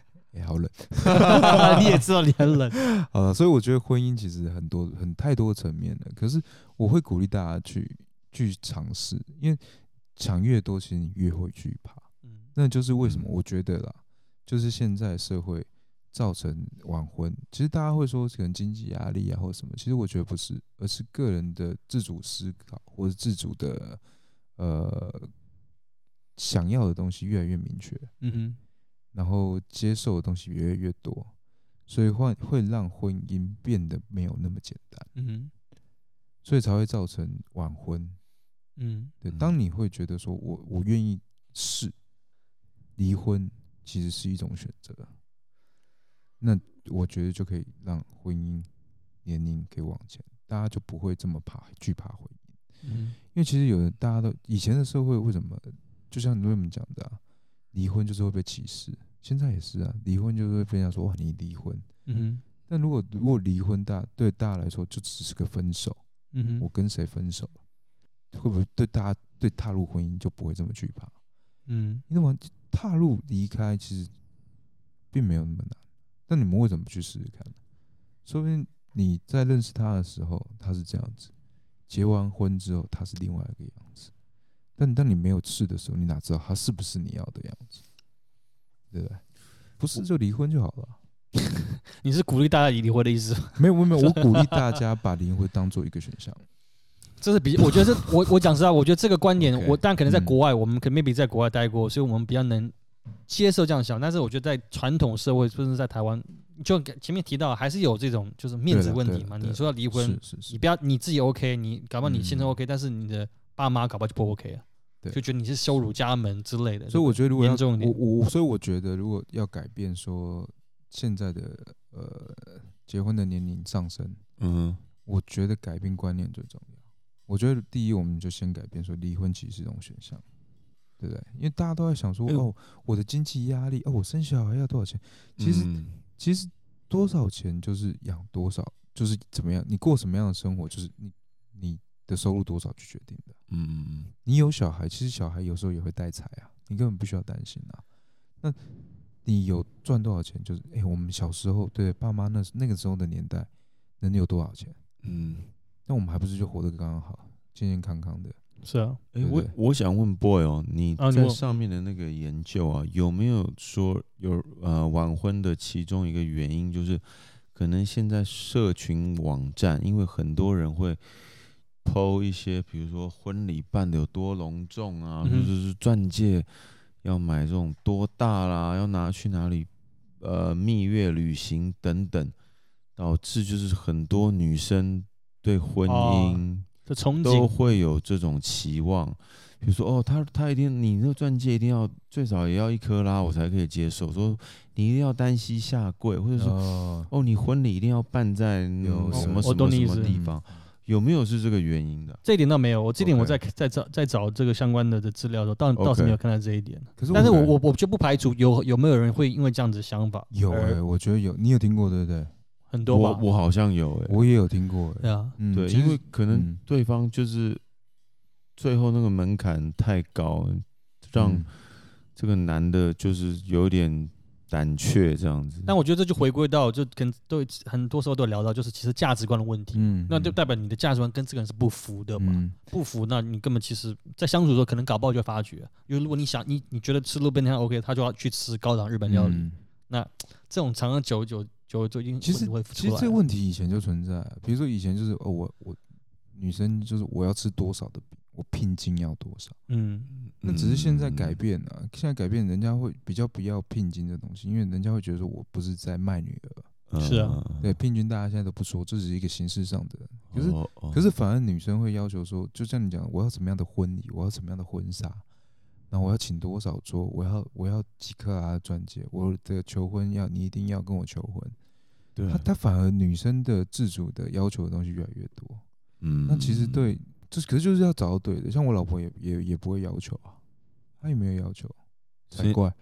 好冷， 你也知道你很冷。 啊，所以我觉得婚姻其实很多很太多层面了。可是我会鼓励大家去去尝试，因为抢越多，其实你越会惧怕。嗯，那就是为什么我觉得啦，就是现在社会造成晚婚，其实大家会说可能经济压力啊或者什么，其实我觉得不是，而是个人的自主思考或者自主的呃想要的东西越来越明确。嗯哼。然后接受的东西越来越多，所以会会让婚姻变得没有那么简单，嗯哼，所以才会造成晚婚。嗯，对。当你会觉得说我我愿意试离婚，其实是一种选择，那我觉得就可以让婚姻年龄可以往前，大家就不会这么怕惧怕婚姻。嗯，因为其实有人大家都以前的社会为什么，就像你们讲的啊。离婚就是会被歧视，现在也是啊，离婚就是会被人家说哇你离婚，嗯哼。但如果如果离婚大对大家来说就只是个分手，嗯哼，我跟谁分手，会不会对大家对踏入婚姻就不会这么惧怕？嗯，因为踏入离开其实并没有那么难，但你们为什么不去试试看呢？说不定你在认识他的时候他是这样子，结完婚之后他是另外一个样子。但当你没有试的时候，你哪知道他是不是你要的样子，对不对？不是就离婚就好了。 你是鼓励大家离婚的意思？ 没有没有，我鼓励大家把离婚当做一个选项。 这是比我觉得是我我讲实话，我觉得这个观点， okay, 我当然可能在国外，嗯、我们可能 maybe 在国外待过，所以我们比较能接受这样想。但是我觉得在传统社会，甚至在台湾，就前面提到还是有这种就是面子问题嘛。你说要离婚， 是是是， 你不要你自己 OK， 你搞不好你先生 OK，、嗯、但是你的爸妈搞不好就不 OK 啊。就觉得你是羞辱家门之类的， 所以我觉得如果要我我，所以我觉得如果要改变说现在的呃结婚的年龄上升，嗯，我觉得改变观念最重要。我觉得第一，我们就先改变说离婚其实是一种选项，对不对？因为大家都在想说，欸、哦，我的经济压力，哦，我生小孩要多少钱？其实、嗯、其实多少钱就是养多少，就是怎么样，你过什么样的生活，就是你你。的收入多少去决定的，嗯嗯嗯，你有小孩，其实小孩有时候也会带财啊，你根本不需要担心啊。那你有赚多少钱，就是哎、欸，我们小时候对爸妈那那个时候的年代，能有多少钱？嗯，那我们还不是就活得刚刚好，健健康康的。 是啊， 哎、欸，我我想问 Boy 哦，你在上面的那个研究啊，有没有说有呃晚婚的其中一个原因，就是可能现在社群网站，因为很多人会。po 一些，比如说婚礼办的有多隆重啊，或者、嗯、是鑽戒要买这种多大啦，要拿去哪里呃蜜月旅行等等，导致就是很多女生对婚姻的憧憬都会有这种期望，比如说哦，他他一定你那个钻戒一定要最少也要一克拉我才可以接受，说你一定要单膝下跪，或者说 哦, 哦你婚礼一定要办在有什么什么什么地方。有没有是这个原因的？ 这一点倒没有，我这一点我在在找在找这个相关的的资料的时候，倒倒是没有看到这一点。可是，但是我我我就不排除有有没有人会因为这样子的想法。 有哎、欸，我觉得有，你有听过对不对？ 很多吧， 我我好像有哎、欸， 我也有听过、欸。 对啊， 嗯、 对，因为可能对方就是最后那个门槛太高，让这个男的就是有点。胆怯这样子， 但我觉得这就回归到，就跟都很多时候都有聊到，就是其实价值观的问题，嗯，那就代表你的价值观跟这个人是不符的嘛，嗯、不符，那你根本其实，在相处的时候可能搞不好就会发觉，因为如果你想你你觉得吃路边摊 OK， 他就要去吃高档日本料理，嗯、那这种长长久久久就已经其实会其实这个问题以前就存在，比如说以前就是哦我我女生就是我要吃多少的饼，我聘金要多少，嗯。那只是现在改变了、啊，现在改变，人家会比较不要聘金这东西，因为人家会觉得说我不是在卖女儿。 是啊， 对，聘金大家现在都不说，这只是一个形式上的。可是，可是反而女生会要求说，就像你讲，我要什么样的婚礼，我要什么样的婚纱，然后我要请多少桌，我要我要几克拉的钻戒，我的求婚要你一定要跟我求婚。对，他他反而女生的自主的要求的东西越来越多。嗯，那其实对。这可是就是要找到对的，像我老婆也也也不会要求啊，她也没有要求，才怪。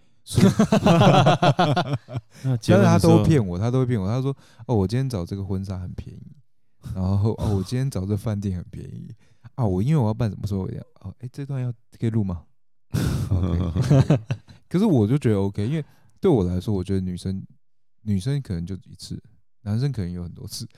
但是她都会骗我，她都会骗我。她说：“哦，我今天找这个婚纱很便宜，然后哦，我今天找这饭店很便宜啊，我因为我要办什么时候我要哦，哎，这段要可以录吗？可是我就觉得 OK， 因为对我来说，我觉得女生女生可能就一次，男生可能有很多次。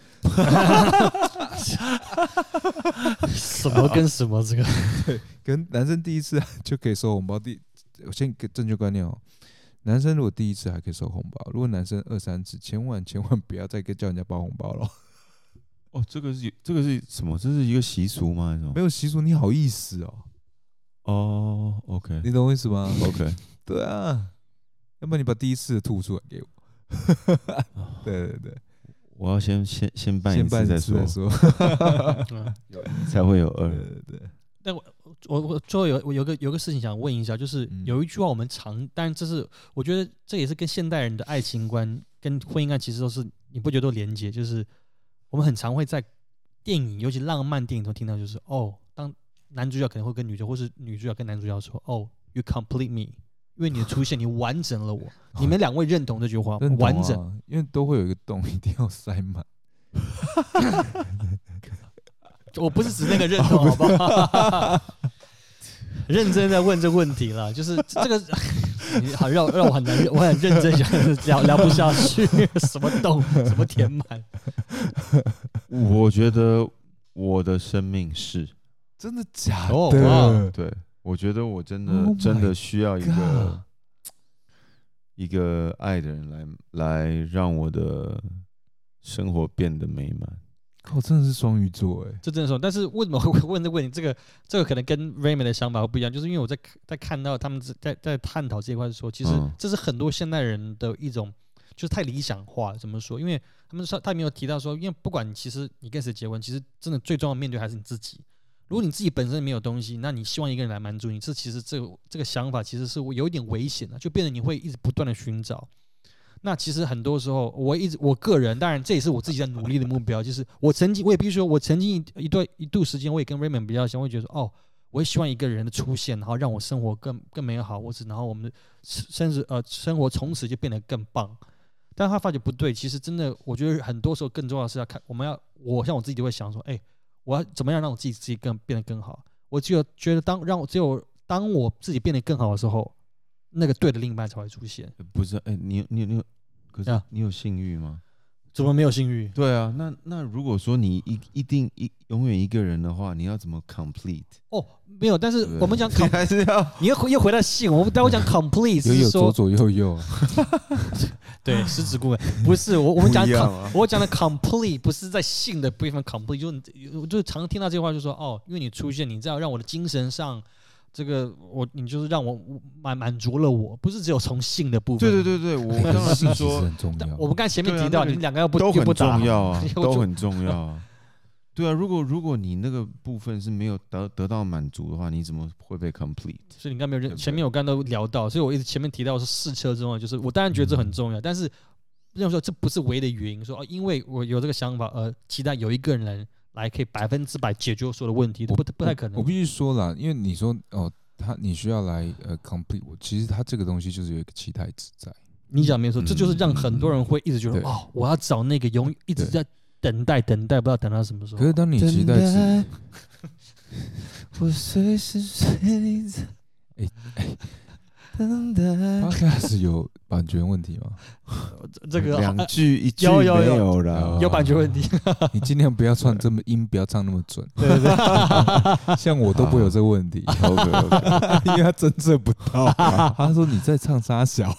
什么跟什么这个？ 对，跟男生第一次就可以收红包。第，我先给正确观念哦。男生如果第一次还可以收红包，如果男生二三次，千万千万不要再跟叫人家包红包了。 哦，这个是这个是什么？这是一个习俗吗？还是什么？ 没有习俗，你好意思哦？ 哦 ，OK， 你懂我意思吗 ？OK， 对啊，要不然你把第一次吐出来给我。对对对， 我要先先先办一次再说， 再说才会有二。 对对对。 但我我我最后有我有个有个事情想问一下，就是有一句话我们常，当然这是我觉得这也是跟现代人的爱情观跟婚姻观其实都是你不觉得都连结，就是我们很常会在电影，尤其浪漫电影中听到，就是哦，当男主角可能会跟女主角，或是女主角跟男主角说，哦 ，You complete me， 因为你的出现，你完整了我。你们两位认同这句话吗？ 啊、 完整， 因为都会有一个洞，一定要塞满。 我不是指那个认同，好不好？认真在问这问题了，就是这个，好让让我很难，我很认真想聊聊不下去，什么洞，什么填满。 我觉得我的生命是真的假的？ 哦、 对，我觉得我真的、oh、真的需要一个一个爱的人来来让我的生活变得美满。 靠，真的是双鱼座哎， 这真的是。但是为什么会问这个问题？这个这个可能跟 Raymond 的想法会不一样，就是因为我在在看到他们在在探讨这一块的时候，其实这是很多现代人的一种，就是太理想化了。怎么说？因为他们说他没有提到说，因为不管你其实你跟谁结婚，其实真的最重要的面对还是你自己。如果你自己本身没有东西，那你希望一个人来满足你，这其实这个这个想法其实是有一点危险的，就变得你会一直不断的寻找。那其实很多时候，我一直我个人，当然这也是我自己在努力的目标，就是我曾经，我也必须说，我曾经一段一度时间，我也跟 Raymond 比较像，我会觉得说，哦，我也希望一个人的出现，然后让我生活更更美好，或是然后我们的甚至呃生活从此就变得更棒。但他发觉不对，其实真的，我觉得很多时候更重要的是要看，我们要，我像我自己就会想说，哎、欸，我要怎么样让我自己自己更变得更好？我只有觉得当让我只有当我自己变得更好的时候，那个对的另一半才会出现。 不是，哎、欸，你你你有，可是你有性欲吗？ 怎么没有性欲？ 对啊，那那如果说你一一定一永远一个人的话，你要怎么 complete？ 哦，没有，但是我们讲你还是要， 你又又回到性，我们待会讲 complete 是说左左右右， 对，十指顾问不是我我们讲我讲的 complete 不是在性的部分 complete， 就我就常听到这句话，就说哦，因为你出现，你这样让我的精神上。这个我你就是让我满满足了我，不是只有从性的部分。 对对对对，我当然是说很重要。 我们刚才前面提到，啊、你们两个要不都很重要啊， 都很重要啊。对啊，如果如果你那个部分是没有得得到满足的话，你怎么会被 complete？ 所以你刚没有认，前面我刚刚都聊到，所以我一直前面提到是试车重要，就是我当然觉得这很重要，但是认为说这不是唯一的原因，说哦，因为我有这个想法而期待有一个人来。来可以百分之百解决所有的问题，不不太可能。 我必须说啦，因为你说哦，他你需要来呃 complete 我，其实他这个东西就是有一个期待值在。 你讲没错，嗯、这就是让很多人会一直觉得、嗯、哦，我要找那个永一直在等待等待，不知道等到什么时候。 可是当你期待值， 我随时随地在。 哎哎。Podcast 有版权问题吗？ 这个两句一句没有了， 有版权问题。 你尽量不要唱这么音，不要唱那么准。对对对，像我都不会有这个问题。OK OK， 因为他侦测不到。他说你在唱沙小。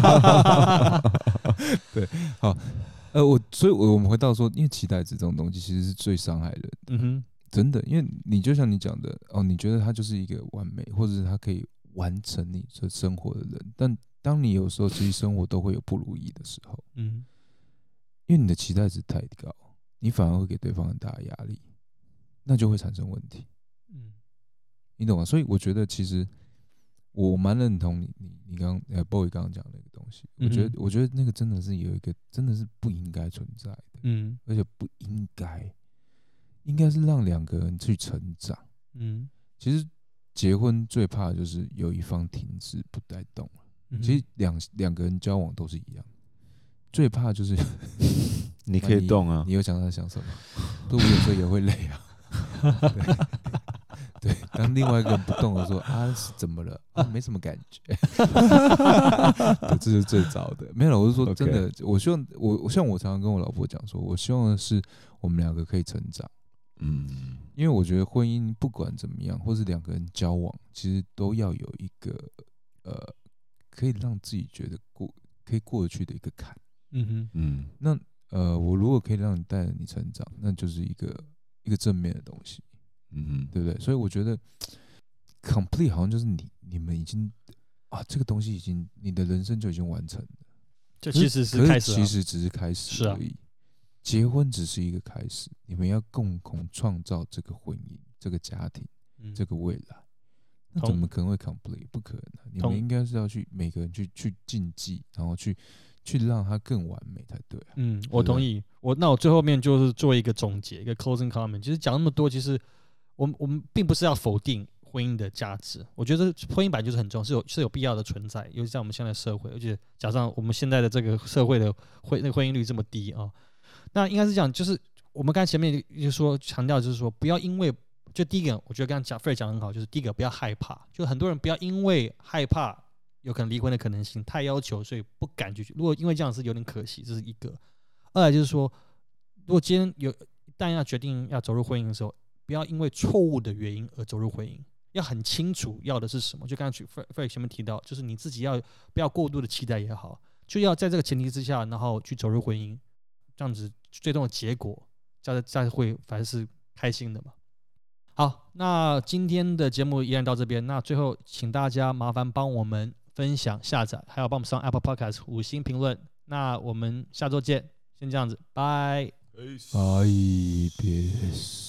对，好，呃，我所以，我们回到说，因为期待值这种东西其实是最伤害人的。嗯哼，真的，因为你就像你讲的，哦，你觉得他就是一个完美，或者是他可以。完成你这生活的人，但当你有时候其实生活都会有不如意的时候，嗯，因为你的期待值太高，你反而会给对方很大的压力，那就会产生问题，嗯，你懂吗？所以我觉得其实我蛮认同你，你你刚呃 Boy 刚刚讲那个东西，我觉得、嗯、我觉得那个真的是有一个真的是不应该存在的，嗯，而且不应该，应该是让两个人去成长，嗯，其实。结婚最怕的就是有一方停止不带动了。嗯、其实两两个人交往都是一样，最怕就是你可以动啊。 你, 你有想在想什么？不，我有时候也会累啊。对对，当另外一个人不动的时候啊，是怎么了？啊，没什么感觉。对，这是最早的。没有了，我是说真的， okay. 我希望我我像我常常跟我老婆讲说，我希望的是我们两个可以成长。嗯，因为我觉得婚姻不管怎么样，或是两个人交往，其实都要有一个呃，可以让自己觉得过可以过得去的一个坎。嗯哼，嗯，那呃，我如果可以让你带着你成长，那就是一个一个正面的东西。嗯哼，对不对？所以我觉得 complete 好像就是你你们已经啊，这个东西已经你的人生就已经完成了。 就其实是开始， 其实只是开始而已。结婚只是一个开始，你们要共同创造这个婚姻、这个家庭、嗯、这个未来，那怎么可能会 complete？ 不可能、啊、你们应该是要去每个人去去竞技，然后去去让它更完美才对、啊。 嗯，我同意。我那我最后面就是做一个总结，一个 closing comment。其实讲那么多，其实我们我们并不是要否定婚姻的价值。我觉得婚姻本来就是很重要，是有是有必要的存在，尤其在我们现在的社会，而且加上我们现在的这个社会的婚那个婚姻率这么低啊。那应该是这样，就是我们刚才前面就说强调，就是说不要因为，就第一个，我觉得刚刚讲 Fred 讲得很好，就是第一个不要害怕，就很多人不要因为害怕有可能离婚的可能性，太要求，所以不敢去。如果因为这样是有点可惜，这是一个。二来就是说，如果今天有但要决定要走入婚姻的时候，不要因为错误的原因而走入婚姻，要很清楚要的是什么。就刚才 Fred 前面提到，就是你自己要不要过度的期待也好，就要在这个前提之下，然后去走入婚姻。这样子最终的结果，这样才会反正是开心的嘛。好，那今天的节目依然到这边。那最后，请大家麻烦帮我们分享、下载，还有帮我们上 Apple Podcast 五星评论。那我们下周见，先这样子，拜。 拜，别。